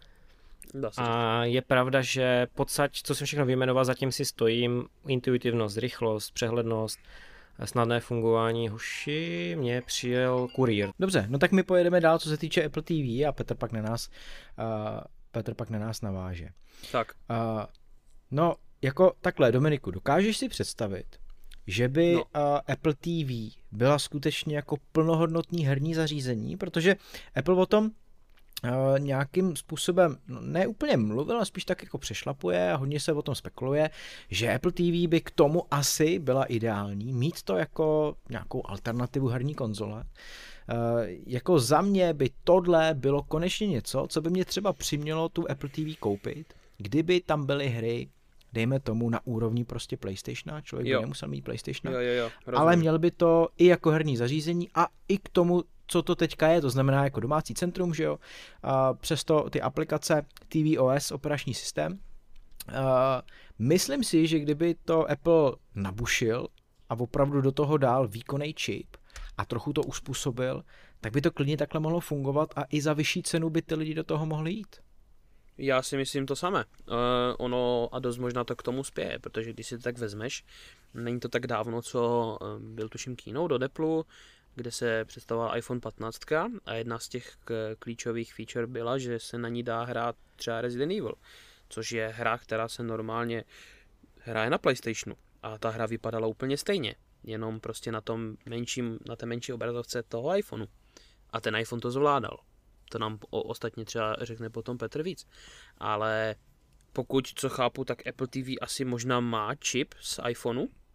A je pravda, že podsaď, co jsem všechno vyjmenoval, zatím si stojím, intuitivnost, rychlost, přehlednost, snadné fungování, hoši, mě přijel kurýr. Dobře, no tak my pojedeme dál, co se týče Apple T V a Petr pak na nás, uh, Petr pak na nás naváže. Tak. Uh, no, jako takhle, Dominiku, dokážeš si představit, že by no. uh, Apple T V byla skutečně jako plnohodnotný herní zařízení, protože Apple o tom Uh, nějakým způsobem, no, ne úplně mluvil, ale spíš tak jako přešlapuje a hodně se o tom spekuluje, že Apple T V by k tomu asi byla ideální, mít to jako nějakou alternativu herní konzole. Uh, jako za mě by tohle bylo konečně něco, co by mě třeba přimělo tu Apple T V koupit, kdyby tam byly hry, dejme tomu na úrovni prostě PlayStationa, člověk jo. by nemusel mít PlayStationa, jo, jo, jo, ale měl by to i jako herní zařízení a i k tomu, co to teďka je, to znamená jako domácí centrum, že jo, a přesto ty aplikace tvOS, operační systém. A myslím si, že kdyby to Apple nabušil a opravdu do toho dal výkonný čip a trochu to uspůsobil, tak by to klidně takhle mohlo fungovat a i za vyšší cenu by ty lidi do toho mohli jít. Já si myslím to samé. Uh, ono a dost možná to k tomu spěje, protože když si to tak vezmeš, není to tak dávno, co byl tuším keynote do Apple, kde se představoval iPhone patnáct a jedna z těch klíčových feature byla, že se na ní dá hrát třeba Resident Evil, což je hra, která se normálně hraje na PlayStationu a ta hra vypadala úplně stejně, jenom prostě na tom menším, na té menší obrazovce toho iPhoneu. A ten iPhone to zvládal. To nám o, ostatně třeba řekne potom Petr víc. Ale pokud, co chápu, tak Apple T V asi možná má čip z iPhoneu,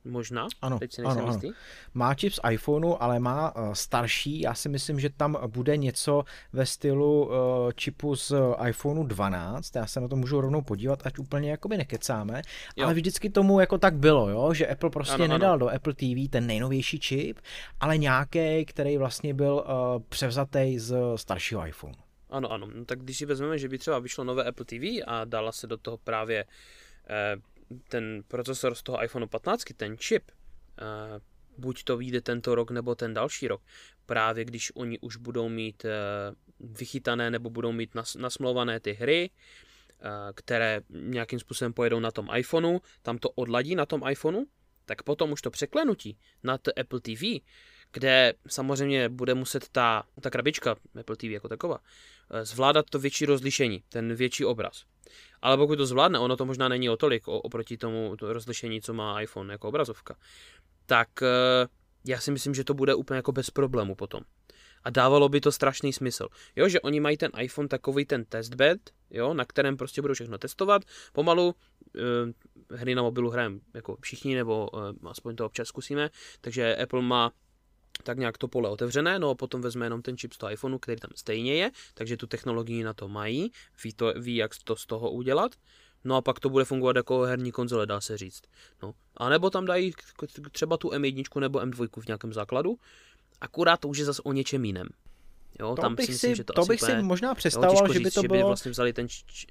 Možná, ano, teď si nejsem ano, jistý. Ano. Má čip z iPhoneu, ale má uh, starší, já si myslím, že tam bude něco ve stylu uh, čipu z iPhoneu dvanáct, já se na to můžu rovnou podívat, ať úplně jakoby nekecáme, jo. Ale vždycky tomu jako tak bylo, jo? Že Apple prostě ano, nedal ano. do Apple T V ten nejnovější čip, ale nějaký, který vlastně byl uh, převzatý z staršího iPhoneu. Ano, ano, no, tak když si vezmeme, že by třeba vyšlo nové Apple T V a dala se do toho právě eh, ten procesor z toho iPhoneu patnáct, ten čip, uh, buď to vyjde tento rok nebo ten další rok, právě když oni už budou mít uh, vychytané nebo budou mít nas, nasmlouvané ty hry, uh, které nějakým způsobem pojedou na tom iPhoneu, tam to odladí na tom iPhoneu, tak potom už to překlenutí na to Apple T V, kde samozřejmě bude muset ta, ta krabička Apple T V jako taková zvládat to větší rozlišení, ten větší obraz. Ale pokud to zvládne, ono to možná není o tolik oproti tomu to rozlišení, co má iPhone jako obrazovka, tak já si myslím, že to bude úplně jako bez problému potom. A dávalo by to strašný smysl. Jo, že oni mají ten iPhone takový ten testbed, jo, na kterém prostě budou všechno testovat. Pomalu eh, hry na mobilu hrajeme jako všichni, nebo eh, aspoň to občas zkusíme. Takže Apple má tak nějak to pole otevřené, no a potom vezme jenom ten čip z toho iPhoneu, který tam stejně je, takže tu technologii na to mají, ví, to, ví jak to z toho udělat, no a pak to bude fungovat jako herní konzole, dá se říct. No. A nebo tam dají třeba tu M jedna nebo M dva v nějakém základu, akurát to už je zase o něčem jiném. Jo, to tam bych si, si, myslím, že to, to bych úplně, si možná představoval, jo, že by říct, to že bylo... by vlastně vzali ten... Č...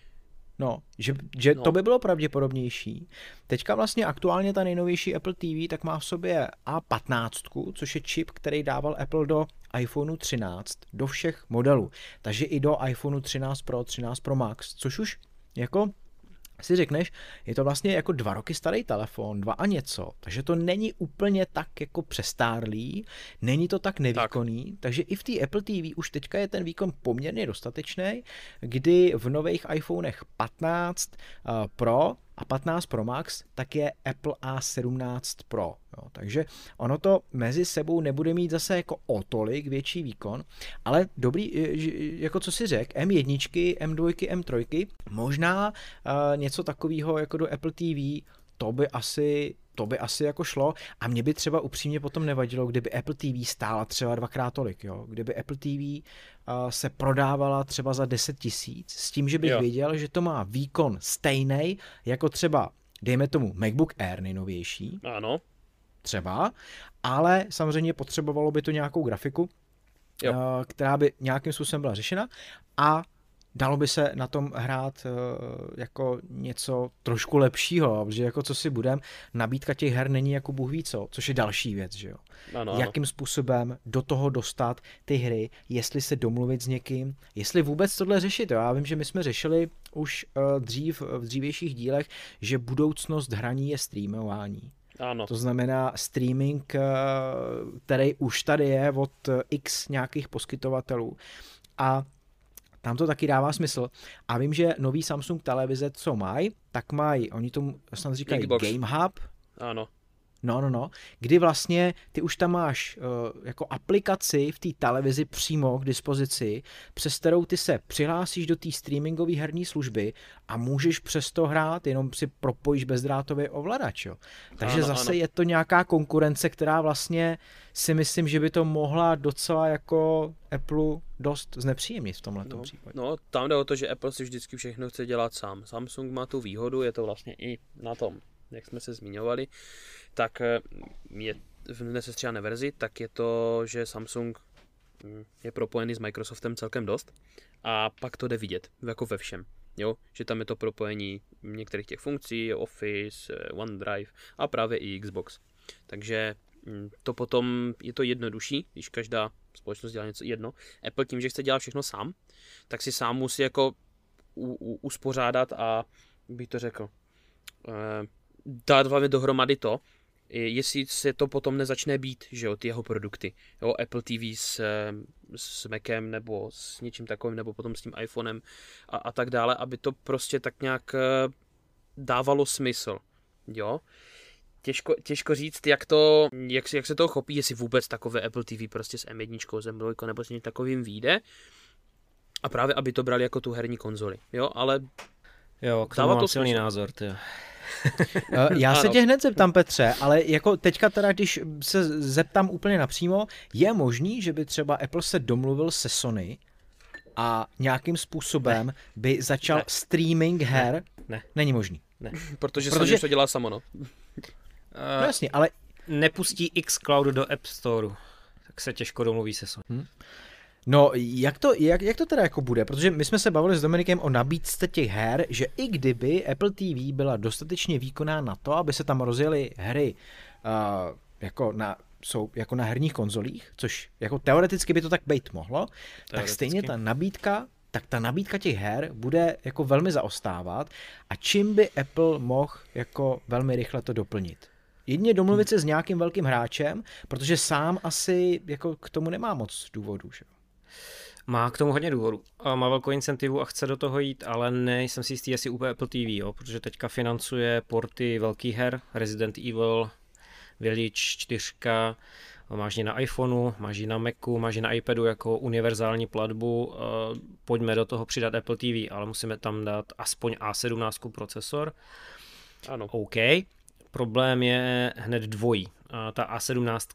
No, že, že no. to by bylo pravděpodobnější. Teďka vlastně aktuálně ta nejnovější Apple T V tak má v sobě A patnáct, což je čip, který dával Apple do iPhoneu třináct, do všech modelů. Takže i do iPhoneu třináct Pro, třináct Pro Max, což už jako si řekneš, je to vlastně jako dva roky starý telefon, dva a něco, takže to není úplně tak jako přestárlý, není to tak nevýkonný, tak. Takže i v té Apple T V už teďka je ten výkon poměrně dostatečný, kdy v nových iPhonech patnáct uh, Pro a patnáct Pro Max, tak je Apple A sedmnáct Pro. Jo, takže ono to mezi sebou nebude mít zase jako o tolik větší výkon, ale dobrý, jako co si řek, M jedna, M dva, M tři, možná uh, něco takového jako do Apple T V, to by asi to by asi jako šlo a mě by třeba upřímně potom nevadilo, kdyby Apple T V stála třeba dvakrát tolik, jo? Kdyby Apple T V uh, se prodávala třeba za deset tisíc, s tím, že bych jo. věděl, že to má výkon stejný jako třeba, dejme tomu, MacBook Air nejnovější. Ano. Třeba, ale samozřejmě potřebovalo by to nějakou grafiku, jo. uh, která by nějakým způsobem byla řešena a dalo by se na tom hrát uh, jako něco trošku lepšího, protože jako co si budem, nabídka těch her není jako bůh ví co, což je další věc, že jo. Ano, Jakým ano. způsobem do toho dostat ty hry, jestli se domluvit s někým, jestli vůbec tohle řešit, jo. Já vím, že my jsme řešili už uh, dřív v dřívějších dílech, že budoucnost hraní je streamování. Ano. To znamená streaming, který už tady je od x nějakých poskytovatelů a tam to taky dává smysl. A vím, že nový Samsung televize, co mají, tak mají, oni tomu snad říkají Xbox. Game Hub. Ano. No, no, no. Kdy vlastně ty už tam máš uh, jako aplikaci v té televizi přímo k dispozici, přes kterou ty se přihlásíš do té streamingové herní služby a můžeš přes to hrát, jenom si propojíš bezdrátový ovladač, jo. Takže ano, zase ano. je to nějaká konkurence, která vlastně si myslím, že by to mohla docela jako Apple dost znepříjemnit v tomhle no, případě. No, tam jde o to, že Apple si vždycky všechno chce dělat sám. Samsung má tu výhodu, je to vlastně i na tom, jak jsme se zmiňovali, tak je v nesestříhané verzi, tak je to, že Samsung je propojený s Microsoftem celkem dost a pak to jde vidět, jako ve všem. Jo? Že tam je to propojení některých těch funkcí, Office, OneDrive a právě i Xbox. Takže to potom je to jednodušší, když každá společnost dělá něco jedno. Apple tím, že chce dělat všechno sám, tak si sám musí jako u, u, uspořádat a, bych to řekl, eh, dát hlavně dohromady to, jestli se to potom nezačne být, že jo, ty jeho produkty, jo, Apple T V s, s Macem nebo s něčím takovým, nebo potom s tím iPhonem a, a tak dále, aby to prostě tak nějak dávalo smysl, jo. Těžko, těžko říct, jak, to, jak, jak se toho chopí, jestli vůbec takové Apple T V prostě s M jedna, s M dva nebo s něčím takovým vyjde a právě, aby to brali jako tu herní konzoli, jo, ale jo, k tomu mám silný názor, ty. Já se tě hned zeptám, Petře, ale jako teďka teda, když se zeptám úplně napřímo, je možný, že by třeba Apple se domluvil se Sony a nějakým způsobem ne. by začal ne. streaming her? Ne. ne. Není možný. Ne. Protože, Protože Sony už to dělá samo, no. Uh, no jasně, ale... Nepustí xCloud do App Store, tak se těžko domluví se Sony. Hmm. No, jak to, jak, jak to teda jako bude? Protože my jsme se bavili s Dominikem o nabídce těch her, že i kdyby Apple T V byla dostatečně výkonná na to, aby se tam rozjeli hry uh, jako, na, jsou, jako na herních konzolích, což jako teoreticky by to tak být mohlo, tak stejně ta nabídka, tak ta nabídka těch her bude jako velmi zaostávat a čím by Apple mohl jako velmi rychle to doplnit? Jedině domluvit se s nějakým velkým hráčem, protože sám asi jako k tomu nemá moc důvodů, že? Má k tomu hodně důvodů. Má velkou incentivu a chce do toho jít, ale nejsem si jistý, jestli úplně Apple T V, jo, protože teďka financuje porty velkých her, Resident Evil, Village čtyři, máš ji na iPhoneu, máš ji na Macu, máš ji na iPadu jako univerzální platbu, pojďme do toho přidat Apple T V, ale musíme tam dát aspoň A sedmnáct procesor. Ano. OK. Problém je hned dvojí. Ta A sedmnáct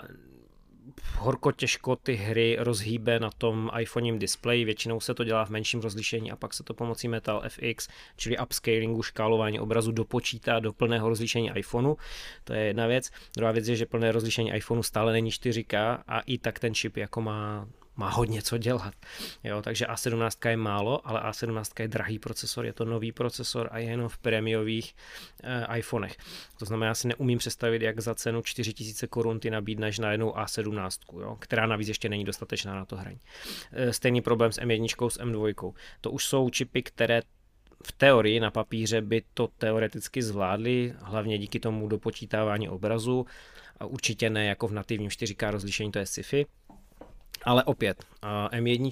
horko těžko ty hry rozhýbe na tom iPhoneovém displeji, většinou se to dělá v menším rozlišení a pak se to pomocí Metal F X, čili upscalingu, škálování obrazu dopočítá do plného rozlišení iPhoneu. To je jedna věc. Druhá věc je, že plné rozlišení iPhoneu stále není čtyři K a i tak ten čip jako má má hodně co dělat. Jo, takže A sedmnáct je málo, ale A sedmnáct je drahý procesor, je to nový procesor a je jenom v prémiových eh, iPhonech. To znamená, já si neumím představit, jak za cenu čtyři tisíce korun ty nabídneš na jednou A sedmnáct, jo, která navíc ještě není dostatečná na to hraní. Eh, stejný problém s M jedna, s M dva. To už jsou čipy, které v teorii na papíře by to teoreticky zvládly, hlavně díky tomu dopočítávání obrazu, a určitě ne jako v nativním čtyři K rozlišení, to je sci-fi. Ale opět, M jedna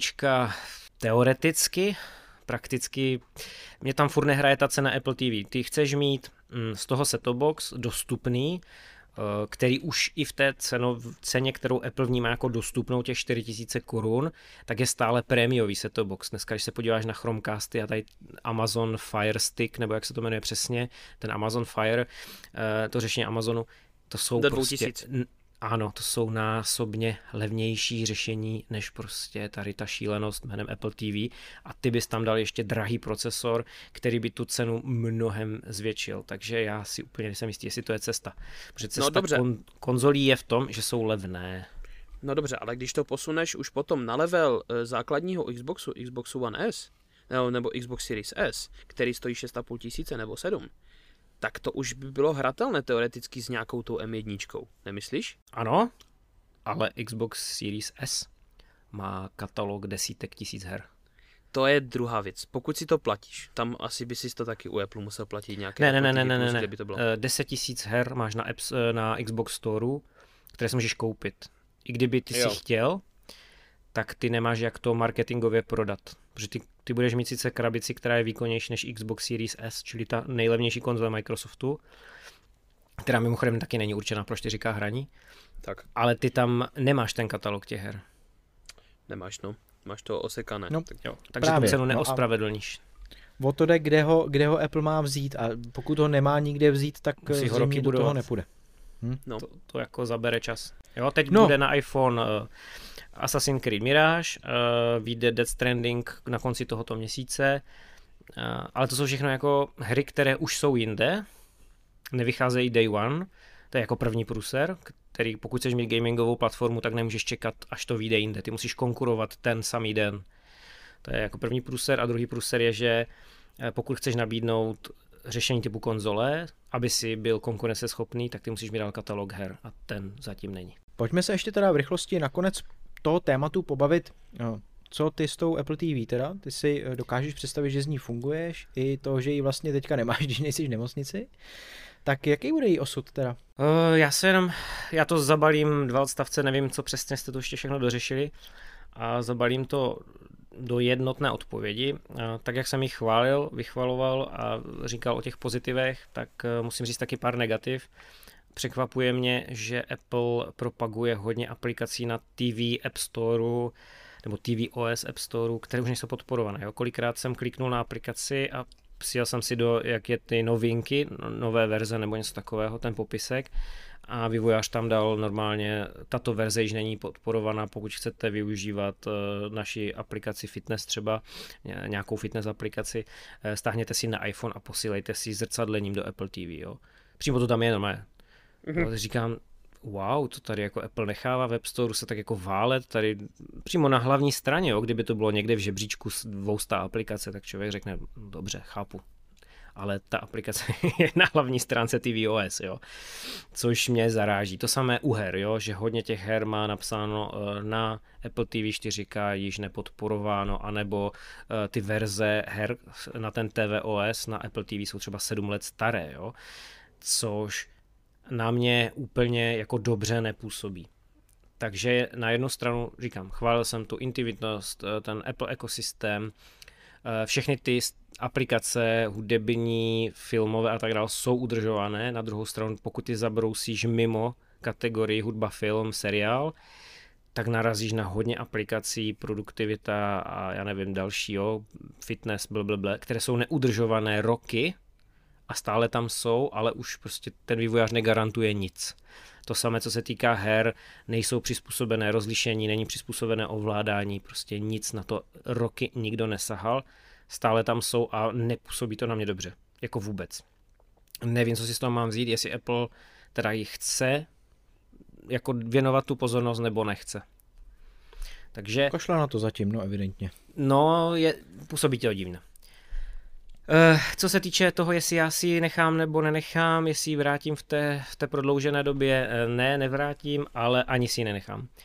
teoreticky, prakticky, mě tam furt nehraje ta cena Apple T V. Ty chceš mít z toho set-top box dostupný, který už i v té ceno, ceně, kterou Apple vnímá jako dostupnou těch čtyři tisíce korun, tak je stále prémiový set-top box. Dneska, když se podíváš na Chromecasty a tady Amazon Fire Stick, nebo jak se to jmenuje přesně, ten Amazon Fire, to řešení Amazonu, to jsou do prostě... Ano, to jsou násobně levnější řešení než prostě tady ta šílenost jménem Apple T V a ty bys tam dal ještě drahý procesor, který by tu cenu mnohem zvětšil, takže já si úplně nejsem jistý, jestli to je cesta. Protože cesta no, kon- konzolí je v tom, že jsou levné. No dobře, ale když to posuneš už potom na level základního Xboxu, Xboxu One S, nebo Xbox Series S, který stojí šest a půl tisíce nebo sedm, tak to už by bylo hratelné teoreticky s nějakou tou M jedna, nemyslíš? Ano, ale Xbox Series S má katalog desítek tisíc her. To je druhá věc. Pokud si to platíš, tam asi by si to taky u Apple musel platit nějaké... Ne, ne, ne, ne, ne, ne, ne. By to bylo. deset tisíc her máš na, apps, na Xbox Storeu, které si můžeš koupit. I kdyby ty jo. si chtěl, tak ty nemáš jak to marketingově prodat. Protože ty, ty budeš mít sice krabici, která je výkonnější než Xbox Series S, čili ta nejlevnější konzole Microsoftu, která mimochodem taky není určená pro čtyři K hraní, tak. Ale ty tam nemáš ten katalog těch her. Nemáš, no. Máš to osekané. No, tak, jo. Takže tu cenu neospravedlníš. No o to jde, kde ho, kde ho Apple má vzít a pokud ho nemá nikde vzít, tak musí ho roky do toho nepůjde. Hm? No. To, to jako zabere čas. Jo, teď no. bude na iPhone uh, Assassin's Creed Mirage, uh, vyjde Death Stranding na konci tohoto měsíce, uh, ale to jsou všechno jako hry, které už jsou jinde, nevycházejí day one, to je jako první průser, který pokud chceš mít gamingovou platformu, tak nemůžeš čekat, až to vyjde jinde, ty musíš konkurovat ten samý den. To je jako první průser a druhý průser je, že pokud chceš nabídnout řešení typu konzole, aby si byl konkurenceschopný, tak ty musíš mít dál katalog her a ten zatím není. Pojďme se ještě teda v rychlosti nakonec toho tématu pobavit, no, co ty s tou Apple T V teda? Ty si dokážeš představit, že z ní funguješ, i to, že ji vlastně teďka nemáš, když nejsi v nemocnici. Tak jaký bude její osud teda? Uh, já se jenom, já to zabalím dva odstavce, nevím, co přesně jste to ještě všechno dořešili a zabalím to do jednotné odpovědi. Uh, tak jak jsem ji chválil, vychvaloval a říkal o těch pozitivech, tak uh, musím říct taky pár negativ. Překvapuje mě, že Apple propaguje hodně aplikací na T V App Storeu nebo T V O S App Storeu, které už nejsou podporované. Jo? Kolikrát jsem kliknul na aplikaci a Přijel jsem si do, jak je ty novinky, nové verze nebo něco takového, ten popisek. A vývojář tam dal normálně, tato verze již není podporovaná, pokud chcete využívat uh, naši aplikaci Fitness třeba, nějakou fitness aplikaci, uh, stáhněte si na iPhone a posílejte si zrcadlením do Apple T V. Jo. Přímo to tam je normálně. Mm-hmm. No, říkám, wow, to tady jako Apple nechává v App Store se tak jako válet, tady přímo na hlavní straně, jo, kdyby to bylo někde v žebříčku dvoustá aplikace, tak člověk řekne, dobře, chápu. Ale ta aplikace je na hlavní stránce tvOS, jo, což mě zaráží. To samé u her, jo, že hodně těch her má napsáno na Apple T V čtyři K již nepodporováno, anebo ty verze her na ten tvOS na Apple T V jsou třeba sedm let staré, jo, což na mě úplně jako dobře nepůsobí. Takže na jednu stranu říkám, chválil jsem tu intuitivnost, ten Apple ekosystém, všechny ty aplikace hudební, filmové a tak dále jsou udržované. Na druhou stranu, pokud ty zabrousíš mimo kategorii hudba, film, seriál, tak narazíš na hodně aplikací, produktivita a já nevím dalšího, fitness, blablabla, které jsou neudržované roky a stále tam jsou, ale už prostě ten vývojář negarantuje nic. To samé, co se týká her, nejsou přizpůsobené rozlišení, není přizpůsobené ovládání, prostě nic na to roky nikdo nesahal, stále tam jsou a nepůsobí to na mě dobře, jako vůbec. Nevím, co si z toho mám vzít, jestli Apple teda ji chce jako věnovat tu pozornost nebo nechce. Takže... Kašla na to zatím, no evidentně. No, je, působí to divně. Uh, co se týče toho, jestli já si ji nechám nebo nenechám, jestli ji vrátím v té, v té prodloužené době, ne, nevrátím, ale ani si ji nenechám. Uh,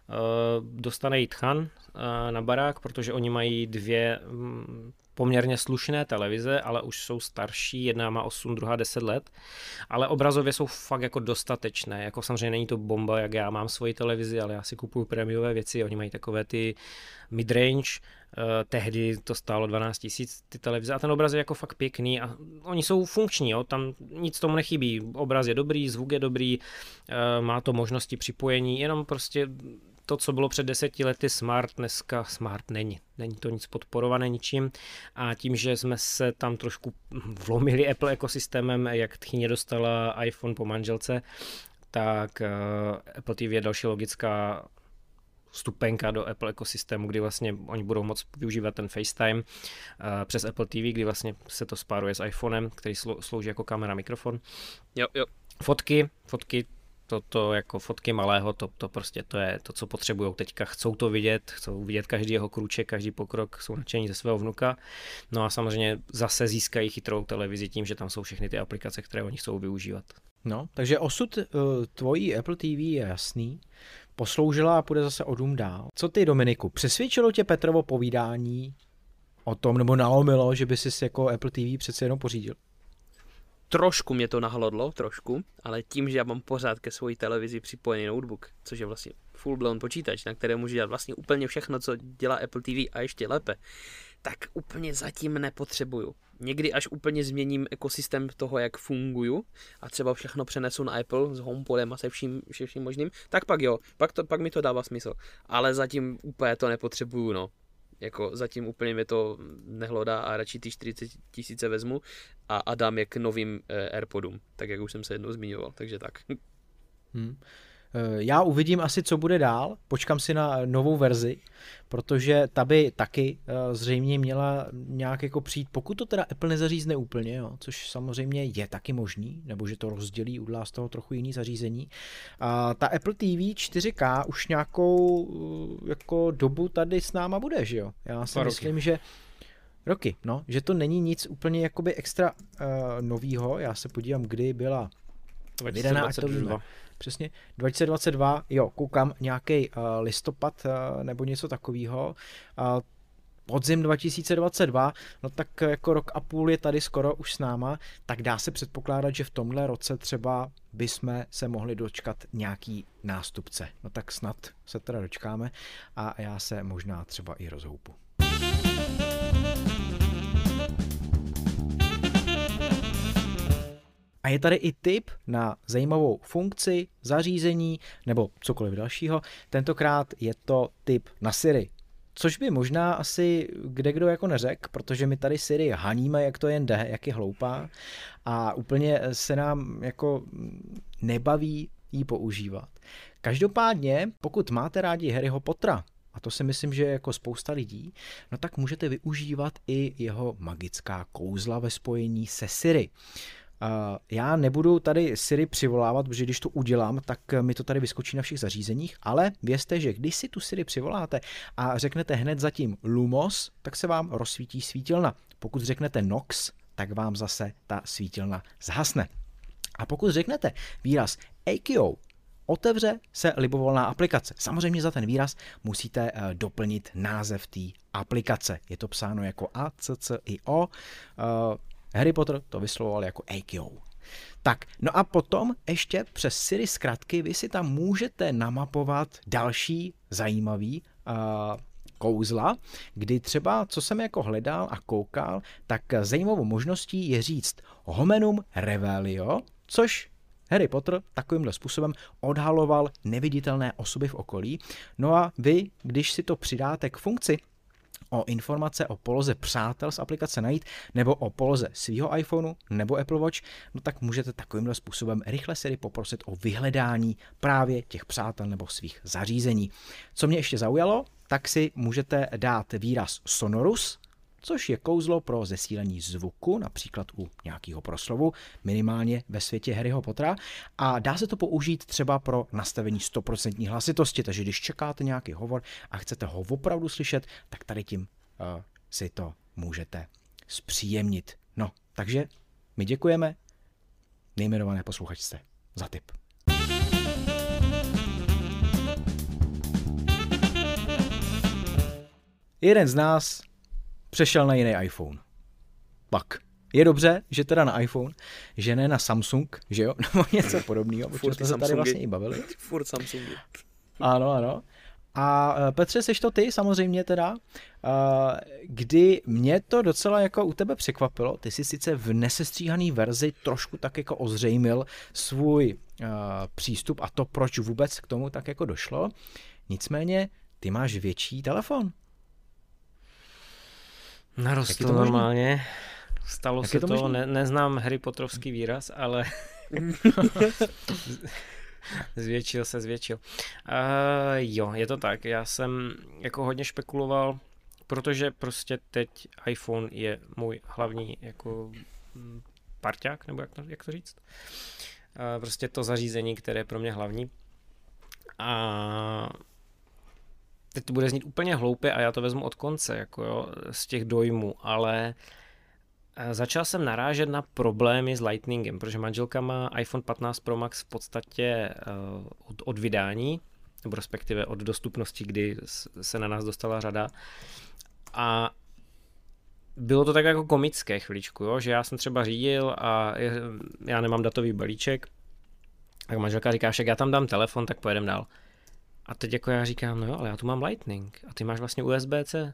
dostane ji Tchan uh, na barák, protože oni mají dvě um, poměrně slušné televize, ale už jsou starší, jedna má osm, druhá deset let, ale obrazově jsou fakt jako dostatečné, jako samozřejmě není to bomba, jak já mám svoji televizi, ale já si kupuju prémiové věci, oni mají takové ty midrange, uh, tehdy to stálo dvanáct tisíc ty televize a ten obraz je jako fakt pěkný a oni jsou funkční, jo, tam nic tomu nechybí, obraz je dobrý, zvuk je dobrý, uh, má to možnosti připojení, jenom prostě to, co bylo před deseti lety smart, dneska smart není. Není to nic podporované ničím a tím, že jsme se tam trošku vlomili Apple ekosystémem, jak tchyně dostala iPhone po manželce, tak uh, Apple T V je další logická vstupenka do Apple ekosystému, kdy vlastně oni budou moct využívat ten FaceTime uh, přes Apple T V, kdy vlastně se to spáruje s iPhonem, který slou- slouží jako kamera, mikrofon. Jo, jo. Fotky, fotky, to, to jako fotky malého, to, to prostě to je to, co potřebujou teďka. Chcou to vidět, chcou vidět každý jeho krůček, každý pokrok, jsou nadšení ze svého vnuka. No a samozřejmě zase získají chytrou televizi tím, že tam jsou všechny ty aplikace, které oni chcou využívat. No, takže osud uh, tvojí Apple T V je jasný. Posloužila a půjde zase o dům dál. Co ty, Dominiku, přesvědčilo tě Petrovo povídání o tom, nebo nalomilo, že by si jako Apple T V přece jenom pořídil? Trošku mě to nahlodlo, trošku, ale tím, že já mám pořád ke svojí televizi připojený notebook, což je vlastně full-blown počítač, na které můžu dělat vlastně úplně všechno, co dělá Apple T V a ještě lépe, tak úplně zatím nepotřebuju. Někdy až úplně změním ekosystém toho, jak funguju a třeba všechno přenesu na Apple s HomePodem a se vším, vším možným, tak pak jo, pak, to, pak mi to dává smysl. Ale zatím úplně to nepotřebuju, no. Jako zatím úplně mě to nehlodá a radši ty čtyřicet tisíce vezmu a, a dám je k novým eh, AirPodům, tak jak už jsem se jednou zmiňoval, takže tak. Hmm. Já uvidím asi, co bude dál, počkám si na novou verzi, protože ta by taky zřejmě měla nějak jako přijít, pokud to teda Apple nezařízne úplně, jo, což samozřejmě je taky možný, nebo že to rozdělí, udělá z toho trochu jiný zařízení. A ta Apple T V čtyři K už nějakou jako dobu tady s náma bude, že jo? Já si Dva myslím, roky. že roky, no, že to není nic úplně jakoby extra uh, novýho, já se podívám, kdy byla vydaná, ať to víme. Přesně, dva tisíce dvacet dva, jo, koukám, nějaký uh, listopad uh, nebo něco takového. Uh, podzim dva tisíce dvacet dva, no tak jako rok a půl je tady skoro už s náma, tak dá se předpokládat, že v tomhle roce třeba bychom se mohli dočkat nějaký nástupce. No tak snad se teda dočkáme a já se možná třeba i rozhoupu. A je tady i tip na zajímavou funkci, zařízení nebo cokoliv dalšího. Tentokrát je to tip na Siri. což by možná asi kde kdo jako neřekl, protože my tady Siri haníme, jak to jen jde, jak je hloupá a úplně se nám jako nebaví jí používat. Každopádně, pokud máte rádi Harryho Pottera, a to si myslím, že jako spousta lidí, no tak můžete využívat i jeho magická kouzla ve spojení se Siri. Uh, já nebudu tady Siri přivolávat, protože když to udělám, tak mi to tady vyskočí na všech zařízeních, ale vězte, že když si tu Siri přivoláte a řeknete hned zatím Lumos, tak se vám rozsvítí svítilna. Pokud řeknete Nox, tak vám zase ta svítilna zhasne. A pokud řeknete výraz A Q O, otevře se libovolná aplikace. Samozřejmě za ten výraz musíte uh, doplnit název té aplikace. Je to psáno jako A C C I O. Uh, Harry Potter to vyslovoval jako A Q O. Tak, no a potom ještě přes Siri zkratky vy si tam můžete namapovat další zajímavý uh, kouzla, kdy třeba, co jsem jako hledal a koukal, tak zajímavou možností je říct Homenum Revelio, což Harry Potter takovýmhle způsobem odhaloval neviditelné osoby v okolí. No a vy, když si to přidáte k funkci o informace o poloze přátel z aplikace najít, nebo o poloze svýho iPhoneu nebo Apple Watch, no tak můžete takovýmhle způsobem rychle Siri poprosit o vyhledání právě těch přátel nebo svých zařízení. Co mě ještě zaujalo, tak si můžete dát výraz Sonorus, což je kouzlo pro zesílení zvuku, například u nějakého proslovu, minimálně ve světě Harryho Pottera, a dá se to použít třeba pro nastavení sto procent hlasitosti, takže když čekáte nějaký hovor a chcete ho opravdu slyšet, tak tady tím uh, si to můžete zpříjemnit. No, takže my děkujeme nejmenované posluchačce za tip. Jeden z nás přešel na jiný iPhone. Pak. Je dobře, že teda na iPhone, že ne na Samsung, že jo, nebo něco podobného, protože jsme se tady vlastně i bavili. Furt Samsungy. Ano, ano. A Petře, seš to ty samozřejmě teda, kdy mě to docela jako u tebe překvapilo, ty jsi sice v nesestříhaný verzi trošku tak jako ozřejmil svůj přístup a to, proč vůbec k tomu tak jako došlo, nicméně ty máš větší telefon. Narost to normálně. Stalo Jak se to, to ne, neznám Harry Potterovský výraz, ale zvětšil se, zvětšil. Uh, jo, je to tak. Já jsem jako hodně špekuloval, protože prostě teď iPhone je můj hlavní jako parťák, nebo jak to, jak to říct. Uh, prostě to zařízení, které je pro mě hlavní. A teď to bude znít úplně hloupě a já to vezmu od konce, jako jo, z těch dojmů, ale začal jsem narážet na problémy s Lightningem, protože manželka má iPhone patnáct Pro Max v podstatě od, od vydání, nebo respektive od dostupnosti, kdy se na nás dostala řada. A bylo to tak jako komické chviličku, jo, že já jsem třeba řídil a já nemám datový balíček, tak manželka říká, však já tam dám telefon, tak pojedem dál. A teď jako já říkám, no jo, ale já tu mám Lightning a ty máš vlastně U S B C.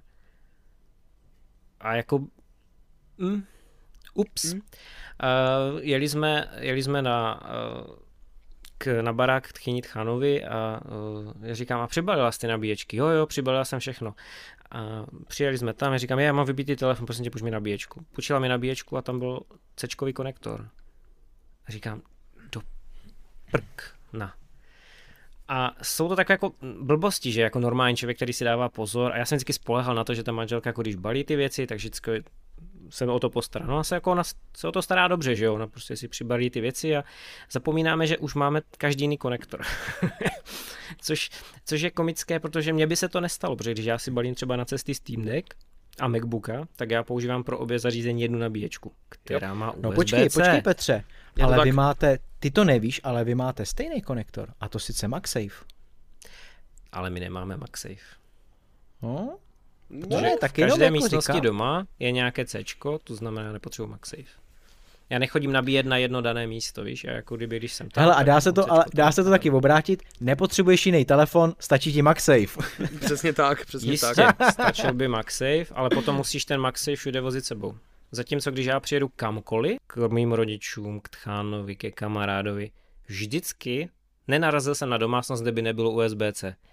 A jako, mm, ups. Mm. Uh, jeli, jsme, jeli jsme na, uh, k, na barák k Tchýni Tchánovi a uh, já říkám, a přibalila jsi ty nabíječky? Jo, jo, přibalila jsem všechno. A přijeli jsme tam, já říkám, já mám vybitý telefon, prosím tě, puš mi nabíječku. Půjčila mi nabíječku a tam byl C-čkový konektor. A říkám, do prk, na. A jsou to takové jako blbosti, že jako normální člověk, který si dává pozor, a já jsem vždycky spolehal na to, že ta manželka, jako když balí ty věci, tak vždycky se o to postará. No a se, jako ona se o to stará dobře, že jo, ona prostě si přibalí ty věci a zapomínáme, že už máme každý jiný konektor. což, což je komické, protože mně by se to nestalo, protože když já si balím třeba na cesty Steam Deck a MacBooka, tak já používám pro obě zařízení jednu nabíječku, která jo. má U S B C. No počkej, počkej Petře, je ale tak... vy máte, ty to nevíš, ale vy máte stejný konektor, a to sice MagSafe. Ale my nemáme MagSafe. No? No ne, tak v každé jako místnosti říká... doma je nějaké Cčko, to znamená, nepotřebuji MagSafe. Já nechodím nabíjet na jedno dané místo, víš, a jako kdyby, když jsem tam... Hele, a dá se to, ale dá se to taky obrátit, nepotřebuješ jiný telefon, stačí ti MagSafe. Přesně tak, přesně Jistě, tak. stačil by MagSafe, ale potom musíš ten MagSafe všude vozit sebou. Zatímco když já přijedu kamkoliv, k mým rodičům, k Tchánovi, ke kamarádovi, vždycky nenarazil jsem na domácnost, kde by nebylo U S B C.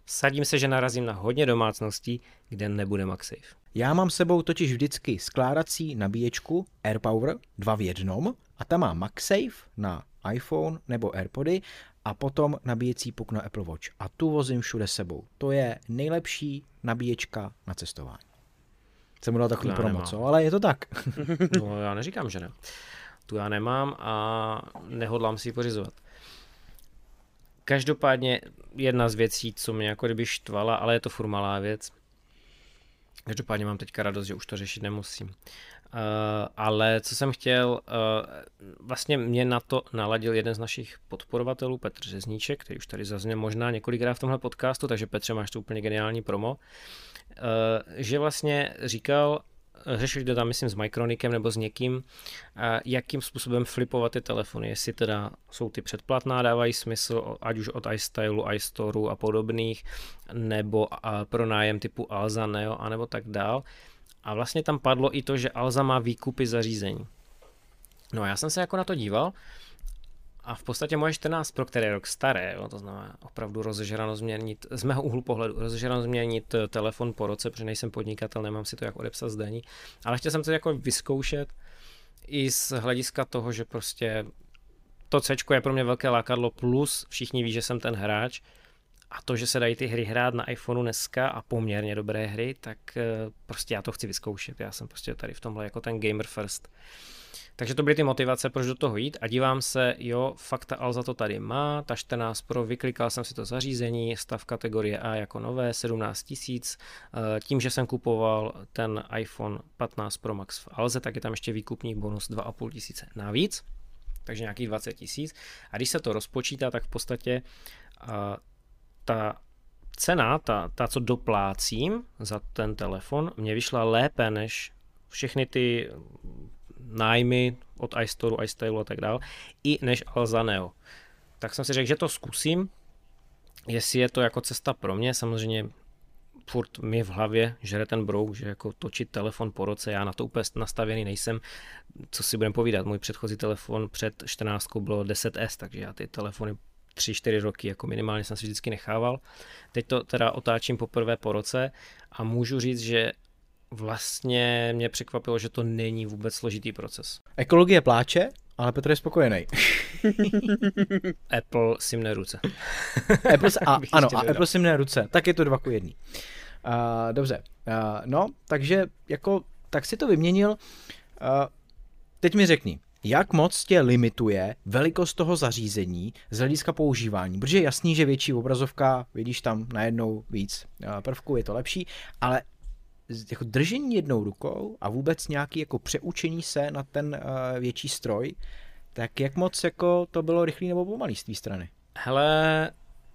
Sadím se, že narazím na hodně domácností, kde nebude MagSafe. Já mám sebou totiž vždycky skládací nabíječku AirPower dva v jednom a ta má MagSafe na iPhone nebo AirPody a potom nabíjecí puk na Apple Watch. A tu vozím všude sebou. To je nejlepší nabíječka na cestování. Jsem mu dal takový promo, co? Ale je to tak. No já neříkám, že ne. Tu já nemám a nehodlám si ji pořizovat. Každopádně jedna z věcí, co mě jako kdyby štvala, ale je to furt malá věc. Každopádně mám teďka radost, že už to řešit nemusím. Uh, ale co jsem chtěl, uh, vlastně mě na to naladil jeden z našich podporovatelů, Petr Řezníček, který už tady zazněl možná několikrát v tomhle podcastu, takže Petře, máš to úplně geniální promo, uh, že vlastně říkal, řešili to tam, myslím, s Micronikem nebo s někým, jakým způsobem flipovat ty telefony, jestli teda jsou ty předplatná, dávají smysl, ať už od iStylu, iStoreu a podobných, nebo pro nájem typu Alza, Neo, anebo tak dál. A vlastně tam padlo i to, že Alza má výkupy zařízení. No a já jsem se jako na to díval a v podstatě moje čtrnáct Pro, které je rok staré, jo, to znamená opravdu rozežrano změnit, z mého úhlu pohledu, rozežrano změnit telefon po roce, protože nejsem podnikatel, nemám si to jak odepsat z daní, ale chtěl jsem to jako vyzkoušet i z hlediska toho, že prostě to Cčko je pro mě velké lákadlo, plus všichni ví, že jsem ten hráč a to, že se dají ty hry hrát na iPhoneu dneska a poměrně dobré hry, tak prostě já to chci vyzkoušet, já jsem prostě tady v tomhle jako ten gamer first. Takže to byly ty motivace, proč do toho jít a dívám se, jo, fakt ta Alza to tady má, ta čtrnáct Pro, vyklikal jsem si to zařízení, stav kategorie A jako nové, sedmnáct tisíc, tím, že jsem kupoval ten iPhone patnáct Pro Max v Alze, tak je tam ještě výkupní bonus dva a půl tisíce navíc, takže nějakých dvacet tisíc a když se to rozpočítá, tak v podstatě ta cena, ta, ta, co doplácím za ten telefon, mě vyšla lépe než všechny ty nájmy od iStoreu, iStylu a tak dál, i než Alza Neo. Tak jsem si řekl, že to zkusím, jestli je to jako cesta pro mě, samozřejmě furt mi v hlavě žere ten brouk, že jako točit telefon po roce, já na to úplně nastavený nejsem, co si budem povídat, můj předchozí telefon před čtrnáctkou bylo deset S, takže já ty telefony tři čtyři roky jako minimálně jsem si vždycky nechával. Teď to teda otáčím poprvé po roce a můžu říct, že vlastně mě překvapilo, že to není vůbec složitý proces. Ekologie pláče, ale Petr je spokojený. Apple si mne ruce. Apple, a, ano, a Apple si mne ruce, tak je to dva ku jedný. Uh, dobře, uh, no, takže jako, tak si to vyměnil. Uh, teď mi řekni, jak moc tě limituje velikost toho zařízení z hlediska používání, protože je jasný, že větší obrazovka, vidíš tam najednou víc prvků, je to lepší, ale jako držení jednou rukou a vůbec nějaký jako přeučení se na ten uh, větší stroj, tak jak moc jako to bylo rychlý nebo pomalý z tvý strany? Hele,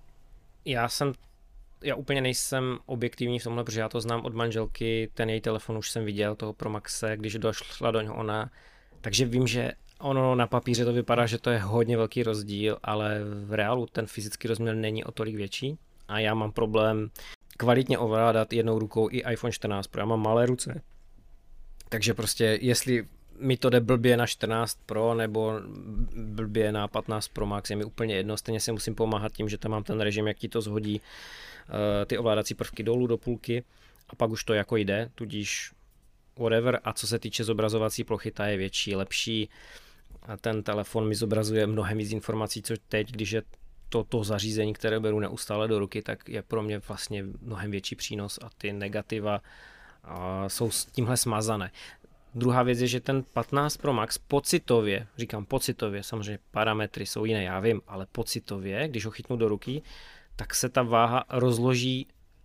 já jsem, já úplně nejsem objektivní v tomhle, protože já to znám od manželky, ten její telefon už jsem viděl, toho Pro Maxe, když došla do něho ona, takže vím, že ono na papíře to vypadá, že to je hodně velký rozdíl, ale v reálu ten fyzický rozměr není o tolik větší a já mám problém kvalitně ovládat jednou rukou i iPhone čtrnáct Pro. Já mám malé ruce, takže prostě jestli mi to jde blbě na čtrnáct Pro nebo blbě na patnáct Pro Max, je mi úplně jedno, stejně si musím pomáhat tím, že tam mám ten režim, jak ti to zhodí uh, ty ovládací prvky dolů do půlky a pak už to jako jde, tudíž whatever. A co se týče zobrazovací plochy, ta je větší, lepší. A ten telefon mi zobrazuje mnohem víc informací, co teď, když je to, to zařízení, které beru neustále do ruky, tak je pro mě vlastně mnohem větší přínos a ty negativa a jsou s tímhle smazané. Druhá věc je, že ten patnáct Pro Max pocitově, říkám pocitově, samozřejmě parametry jsou jiné, já vím, ale pocitově, když ho chytnu do ruky, tak se ta váha rozloží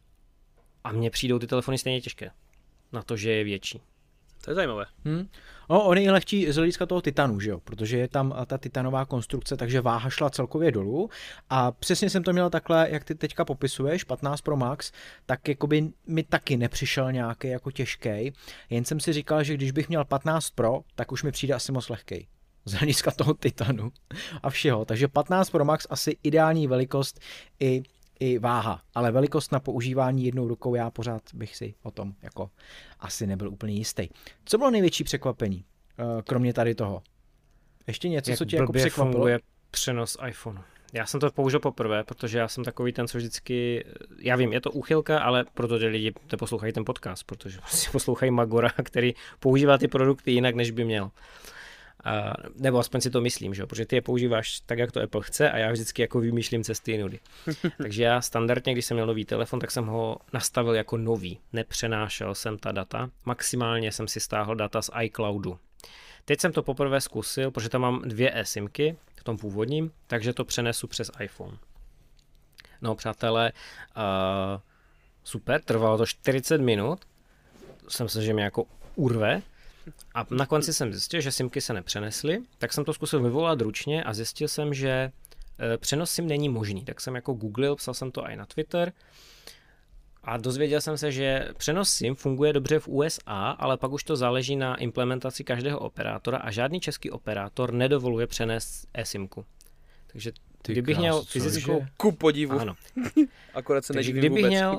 a mně přijdou ty telefony stejně těžké na to, že je větší. To je zajímavé. Hmm. No, on je i lehčí z hlediska toho titanu, že jo? Protože je tam ta titanová konstrukce, takže váha šla celkově dolů a přesně jsem to měl takhle, jak ty teďka popisuješ, patnáct Pro Max, tak jakoby mi taky nepřišel nějaký jako těžký, jen jsem si říkal, že když bych měl patnáct Pro, tak už mi přijde asi moc lehkej. Z hlediska toho titanu a všeho, takže patnáct Pro Max asi ideální velikost i i váha, ale velikost na používání jednou rukou já pořád bych si o tom jako asi nebyl úplně jistý. Co bylo největší překvapení, kromě tady toho? Ještě něco, jak co tě jako překvapilo? Funguje přenos iPhone. Já jsem to použil poprvé, protože já jsem takový ten, co vždycky, já vím, je to úchylka, ale proto ty lidi te poslouchají ten podcast, protože si poslouchají Magora, který používá ty produkty jinak, než by měl. A, nebo aspoň si to myslím, že? Protože ty je používáš tak, jak to Apple chce a já vždycky jako vymýšlím cesty nudy. Takže já standardně, když jsem měl nový telefon, tak jsem ho nastavil jako nový. Nepřenášel jsem ta data, maximálně jsem si stáhl data z iCloudu. Teď jsem to poprvé zkusil, protože tam mám dvě eSIMky v tom původním, takže to přenesu přes iPhone. No přátelé, uh, super, trvalo to čtyřicet minut, jsem se, že mě jako urve a na konci jsem zjistil, že SIMky se nepřenesly, tak jsem to zkusil vyvolat ručně a zjistil jsem, že uh, přenos SIM není možný, tak jsem jako googlil, psal jsem to i na Twitter. A dozvěděl jsem se, že přenos SIM funguje dobře v U S A, ale pak už to záleží na implementaci každého operátora a žádný český operátor nedovoluje přenést eSIMku. Takže Ty kdybych krás, měl fyzickou... cože? Ku podivu. Ano. Akorát se Takže nedivím kdybych vůbec. měl...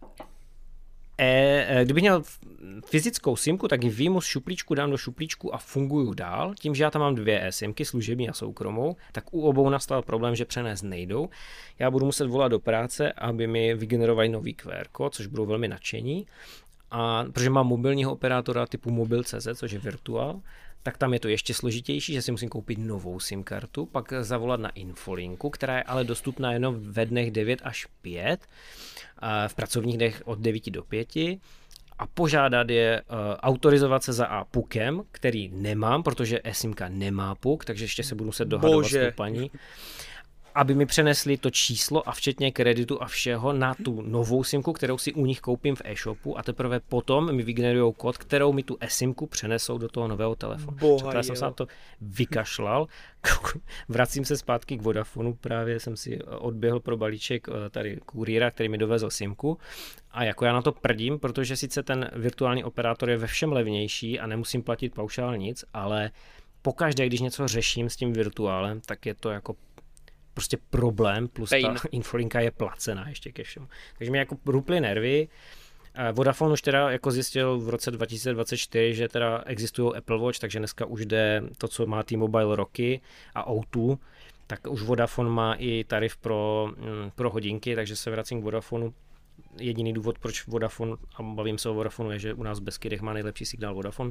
E, kdybych měl fyzickou SIMku, tak ji vyjmu z šuplíčku, dám do šuplíčku a funguju dál. Tím, že já tam mám dvě eSIMky, služební a soukromou, tak u obou nastal problém, že přenést nejdou. Já budu muset volat do práce, aby mi vygenerovali nový Q R kód, což budou velmi nadšení. A protože mám mobilního operátora typu mobil tečka cé zet, což je virtuál, tak tam je to ještě složitější, že si musím koupit novou SIM kartu, pak zavolat na infolinku, která je ale dostupná jenom ve dnech devět až pět, v pracovních dnech od devět do pěti a požádat je uh, autorizovat se za A PUKem, který nemám, protože eSIMka nemá PUK, takže ještě se budu muset dohadovat Bože. s tou paní, aby mi přenesli to číslo a včetně kreditu a všeho na tu novou SIMku, kterou si u nich koupím v e-shopu a teprve potom mi vygenerujou kód, kterou mi tu eSIMku přenesou do toho nového telefonu. Boha, Já jsem se na to vykašlal, vracím se zpátky k Vodafonu, právě jsem si odběhl pro balíček tady kurýra, který mi dovezl SIMku a jako já na to prdím, protože sice ten virtuální operátor je ve všem levnější a nemusím platit paušál nic, ale pokaždé, když něco řeším s tím virtuálem, tak je to jako prostě problém, plus Pain. ta infolinka je placená ještě ke všemu. Takže mi jako ruply nervy. Vodafone už teda jako zjistil v roce dva tisíce dvacet čtyři, že teda existují Apple Watch, takže dneska už jde to, co má T-Mobile roky a O dva, tak už Vodafone má i tarif pro, pro hodinky, takže se vracím k Vodafonu. Jediný důvod, proč Vodafone, a bavím se o Vodafonu, je, že u nás v Beskydech má nejlepší signál Vodafone.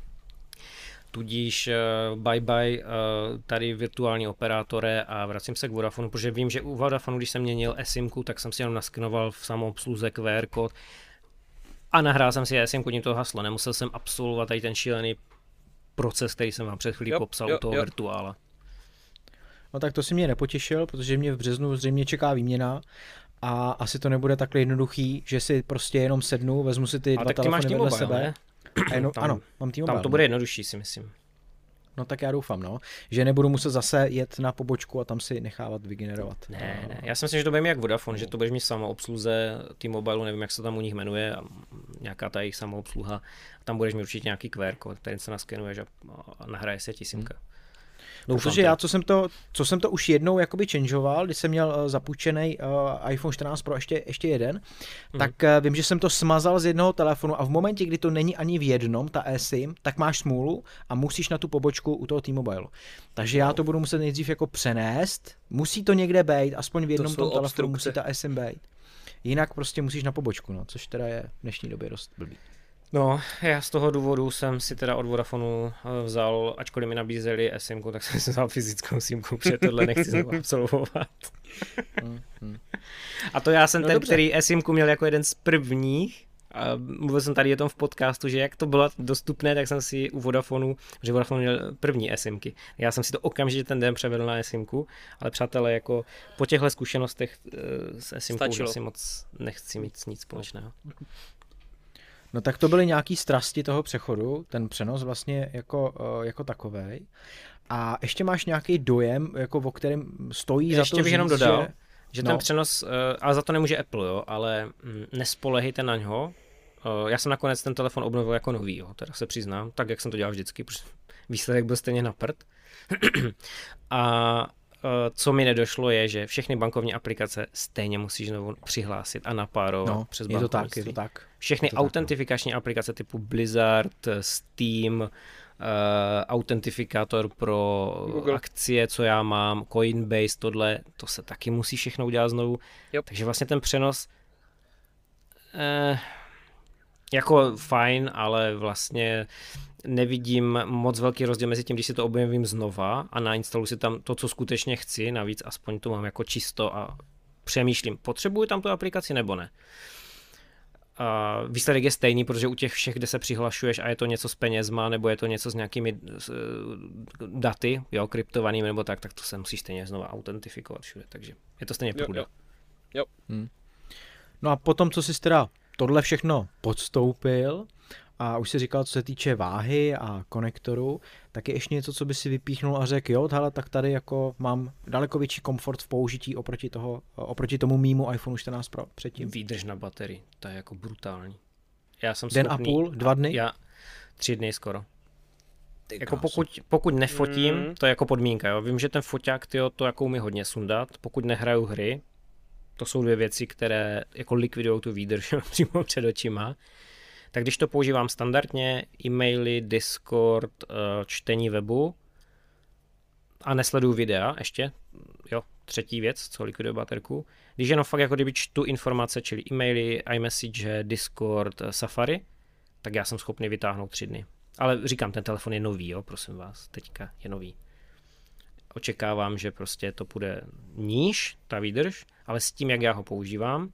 Tudíž uh, bye bye uh, tady virtuální operátore a vracím se k Vodafonu, protože vím, že u Vodafonu, když jsem měnil eSIMku, tak jsem si jenom naskenoval v samoobsluze Q R kód a nahrál jsem si eSIMku, tím to haslo. Nemusel jsem absolvovat tady ten šílený proces, který jsem vám před chvílí Jo, popsal jo, u toho jo. virtuála. No tak to si mě nepotěšil, protože mě v březnu zřejmě čeká výměna a asi to nebude takhle jednoduchý, že si prostě jenom sednu, vezmu si ty A dva tak ty máš telefony vedle T-Mobile, sebe. ne? A jenom, Tam- ano, mám T-Mobile. Tam to bude jednodušší, si myslím. No tak já doufám, no, že nebudu muset zase jet na pobočku a tam si nechávat vygenerovat. Ne, ne, já si myslím, že to bude mít jak Vodafone, že to budeš mít samoobsluze T-Mobile, nevím, jak se tam u nich jmenuje, a nějaká ta jejich samoobsluha, tam budeš mít určitě nějaký Q R kód, který se naskenuješ a, a nahraje se ti simka. No, protože já, co jsem to, co jsem to už jednou jakoby changeoval, když jsem měl uh, zapůjčený uh, iPhone čtrnáct Pro ještě, ještě jeden, mm. tak uh, vím, že jsem to smazal z jednoho telefonu a v momentě, kdy to není ani v jednom, ta eSIM, tak máš smůlu a musíš na tu pobočku u toho T-Mobile. Takže já to budu muset nejdřív jako přenést, musí to někde být, aspoň v jednom tom telefonu obstrukce. musí ta eSIM být. Jinak prostě musíš na pobočku, no, což teda je v dnešní době dost blbý. No, já z toho důvodu jsem si teda od Vodafonu vzal, ačkoliv mi nabízeli eSIMku, tak jsem si vzal fyzickou SIMku, protože tohle nechci znovu absolvovat. Mm, mm. A to já jsem No ten, dobře. který eSIMku měl jako jeden z prvních. A mluvil jsem tady o tom v podcastu, že jak to bylo dostupné, tak jsem si u Vodafonu, že Vodafone měl první eSIMky. Já jsem si to okamžitě ten den převedl na eSIMku, ale přátelé, jako po těchto zkušenostech eh, s eSIMkou Stačilo. si moc nechci mít nic společného. No tak to byly nějaký strasti toho přechodu, ten přenos vlastně jako, uh, jako takovej. A ještě máš nějaký dojem, jako o kterém stojí Ještě za to bych říct, jenom dodal, že, že no. ten přenos, eh, ale za to nemůže Apple, jo, ale mm, nespolehejte na něho. Eh, Já jsem nakonec ten telefon obnovil jako nový, jo, teda se přiznám, tak jak jsem to dělal vždycky, protože výsledek byl stejně na prd. A co mi nedošlo je, že všechny bankovní aplikace stejně musíš znovu přihlásit a napárovat no, přes je to bankovnictví. tak, je to tak. Všechny to autentifikační tak, no. aplikace typu Blizzard, Steam, uh, autentifikátor pro Google. Akcie, co já mám, Coinbase, tohle, to se taky musí všechno udělat znovu. Yep. Takže vlastně ten přenos eh, jako fajn, ale vlastně nevidím moc velký rozdíl mezi tím, když si to objevím znova a nainstaluji si tam to, co skutečně chci, navíc aspoň to mám jako čisto a přemýšlím, potřebuji tam tu aplikaci nebo ne. A výsledek je stejný, protože u těch všech, kde se přihlašuješ a je to něco s penězma, nebo je to něco s nějakými daty, jo, kryptovanými nebo tak, tak to se musíš stejně znova autentifikovat všude, takže je to stejně půjde. Jo, jo. jo. Hmm. No a potom, co jsi teda tohle všechno podstoupil a už si říkal, co se týče váhy a konektoru, tak je ještě něco, co by si vypíchnul a řekl, jo, hele, tak tady jako mám daleko větší komfort v použití oproti, toho, oproti tomu mýmu iPhone čtrnáct Pro předtím. Výdrž na baterii, to je jako brutální. Já jsem Den schopný, a půl, dva dny? Já tři dny skoro. Jako pokud, pokud nefotím, mm. to je jako podmínka, jo. Vím, že ten foťák, tyjo, to jako umí hodně sundat, pokud nehraju hry, to jsou dvě věci, které jako likvidují tu výdrž přímo před očima. Tak když to používám standardně, e-maily, Discord, čtení webu a nesleduju videa ještě, jo, třetí věc, co likviduje baterku. Když jenom fakt jako kdyby čtu informace, čili e-maily, iMessage, Discord, Safari, tak já jsem schopný vytáhnout tři dny. Ale říkám, ten telefon je nový, jo, prosím vás, teďka je nový. Očekávám, že prostě to bude níž, ta výdrž, ale s tím, jak já ho používám,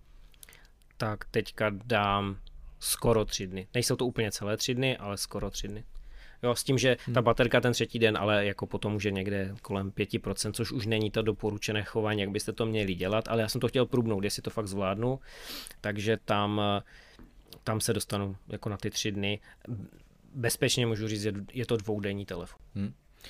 tak teďka dám skoro tři dny. Nejsou to úplně celé tři dny, ale skoro tři dny. Jo, s tím, že ta baterka ten třetí den, ale jako potom už je někde kolem pět procent, což už není to doporučené chování, jak byste to měli dělat, ale já jsem to chtěl průbnout, jestli to fakt zvládnu, takže tam, tam se dostanu jako na ty tři dny. Bezpečně můžu říct, že je to dvoudenní telefon. Hmm.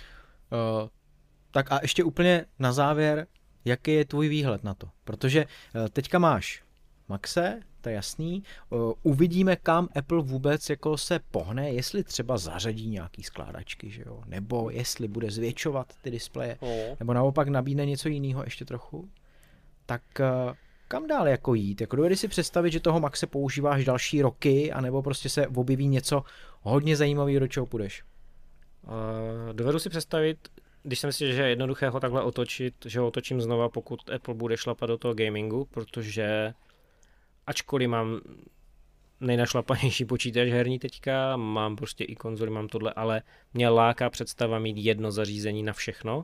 Uh, tak a ještě úplně na závěr, jaký je tvůj výhled na to? Protože uh, teďka máš Maxe, to je jasný. Uh, uvidíme, kam Apple vůbec jako se pohne, jestli třeba zařadí nějaký skládačky, že jo? Nebo jestli bude zvětšovat ty displeje, oh. nebo naopak nabídne něco jiného ještě trochu. Tak uh, kam dál jako jít? Jako dovedeš si představit, že toho Maxe používáš další roky, anebo prostě se objeví něco hodně zajímavého, do čeho půjdeš? Uh, dovedu si představit, když jsem si, že je jednoduché ho takhle otočit, že ho otočím znova, pokud Apple bude šlapat do toho gamingu, protože ačkoliv mám nejnašlapanější počítač herní teďka, mám prostě i konzoli, mám tohle, ale mě láká představa mít jedno zařízení na všechno,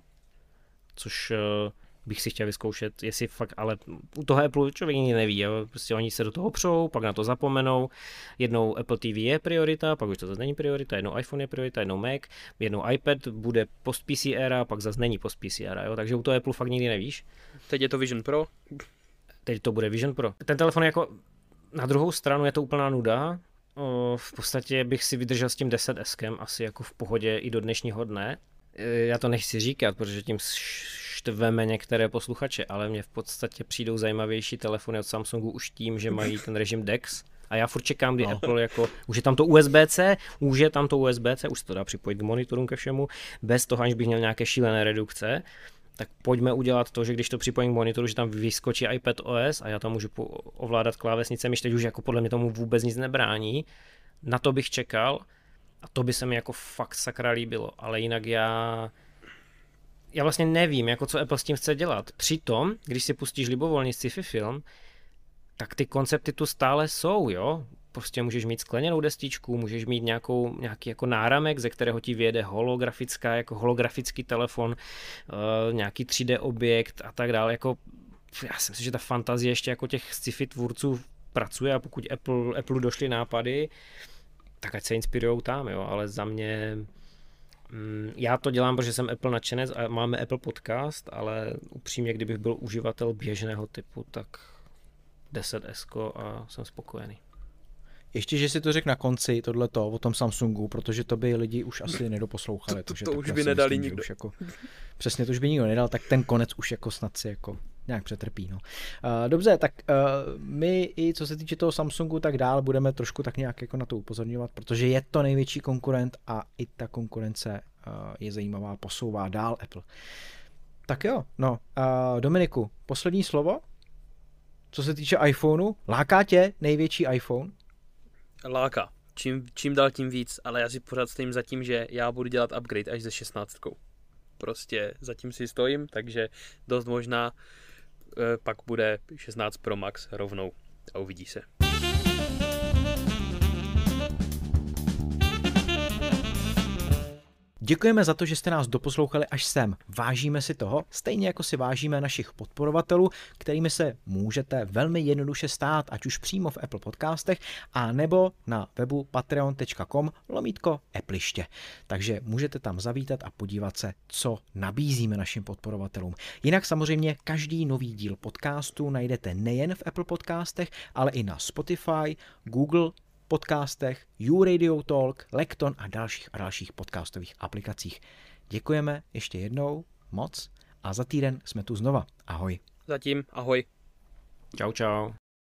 což uh, bych si chtěl vyzkoušet, jestli fakt, ale u toho Apple člověk nikdy neví, jo? Prostě oni se do toho přou, pak na to zapomenou, jednou Apple T V je priorita, pak už to zase není priorita, jednou iPhone je priorita, jednou Mac, jednou iPad bude post-P C era, pak zase není post-P C era, jo? Takže u toho Apple fakt nikdy nevíš. Teď je to Vision Pro. Teď to bude Vision Pro. Ten telefon jako, na druhou stranu je to úplná nuda, o, v podstatě bych si vydržel s tím deset eskem asi jako v pohodě i do dnešního dne. Já to nechci říkat, protože tím štveme některé posluchače, ale mně v podstatě přijdou zajímavější telefony od Samsungu už tím, že mají ten režim D E X. A já furt čekám, kdy no. Apple jako, už je tam to U S B C, už je tam to U S B C, už se to dá připojit k monitorům ke všemu, bez toho, aniž bych měl nějaké šílené redukce. Tak pojďme udělat to, že když to připojím k monitoru, že tam vyskočí iPadOS a já tam můžu ovládat klávesnice, myš teď už jako podle mě tomu vůbec nic nebrání. Na to bych čekal a to by se mi jako fakt sakra líbilo, ale jinak já já vlastně nevím, jako co Apple s tím chce dělat. Přitom, když si pustíš libovolný sci-fi film, tak ty koncepty tu stále jsou, jo. Prostě můžeš mít skleněnou destičku, můžeš mít nějakou, nějaký jako náramek, ze kterého ti vyjede holografická, jako holografický telefon, uh, nějaký tři dé objekt a tak dále. Jako, já si myslím, že ta fantazie ještě jako těch sci-fi tvůrců pracuje a pokud Apple, Apple došly nápady, tak ať se inspirujou tam, jo. Ale za mě, mm, já to dělám, protože jsem Apple nadšenec a máme Apple podcast, ale upřímně, kdybych byl uživatel běžného typu, tak deset esko a jsem spokojený. Ještě, že si to řekl na konci, tohleto o tom Samsungu, protože to by lidi už asi nedoposlouchali. To, to, to už by nedali nikdo. Už jako, přesně, to už by nikdo nedal, tak ten konec už jako snad si jako nějak přetrpí. No. Uh, dobře, tak uh, my i co se týče toho Samsungu, tak dál budeme trošku tak nějak jako na to upozorňovat, protože je to největší konkurent a i ta konkurence uh, je zajímavá, posouvá dál Apple. Tak jo, no. Uh, Dominiku, poslední slovo? Co se týče iPhoneu, láká tě největší iPhone? Láká. Čím, čím dál tím víc, ale já si pořád stojím za tím, že já budu dělat upgrade až se šestnáctkou. Prostě zatím si stojím, takže dost možná e, pak bude šestnáct Pro Max rovnou a uvidí se. Děkujeme za to, že jste nás doposlouchali až sem. Vážíme si toho, stejně jako si vážíme našich podporovatelů, kterými se můžete velmi jednoduše stát, ať už přímo v Apple podcastech, a nebo na webu patreon tečka com lomítko Appleiště. Takže můžete tam zavítat a podívat se, co nabízíme našim podporovatelům. Jinak samozřejmě každý nový díl podcastu najdete nejen v Apple podcastech, ale i na Spotify, Google podcastech, YouRadio Talk, Lekton a dalších a dalších podcastových aplikacích. Děkujeme ještě jednou moc a za týden jsme tu znova. Ahoj. Zatím ahoj. Čau, čau.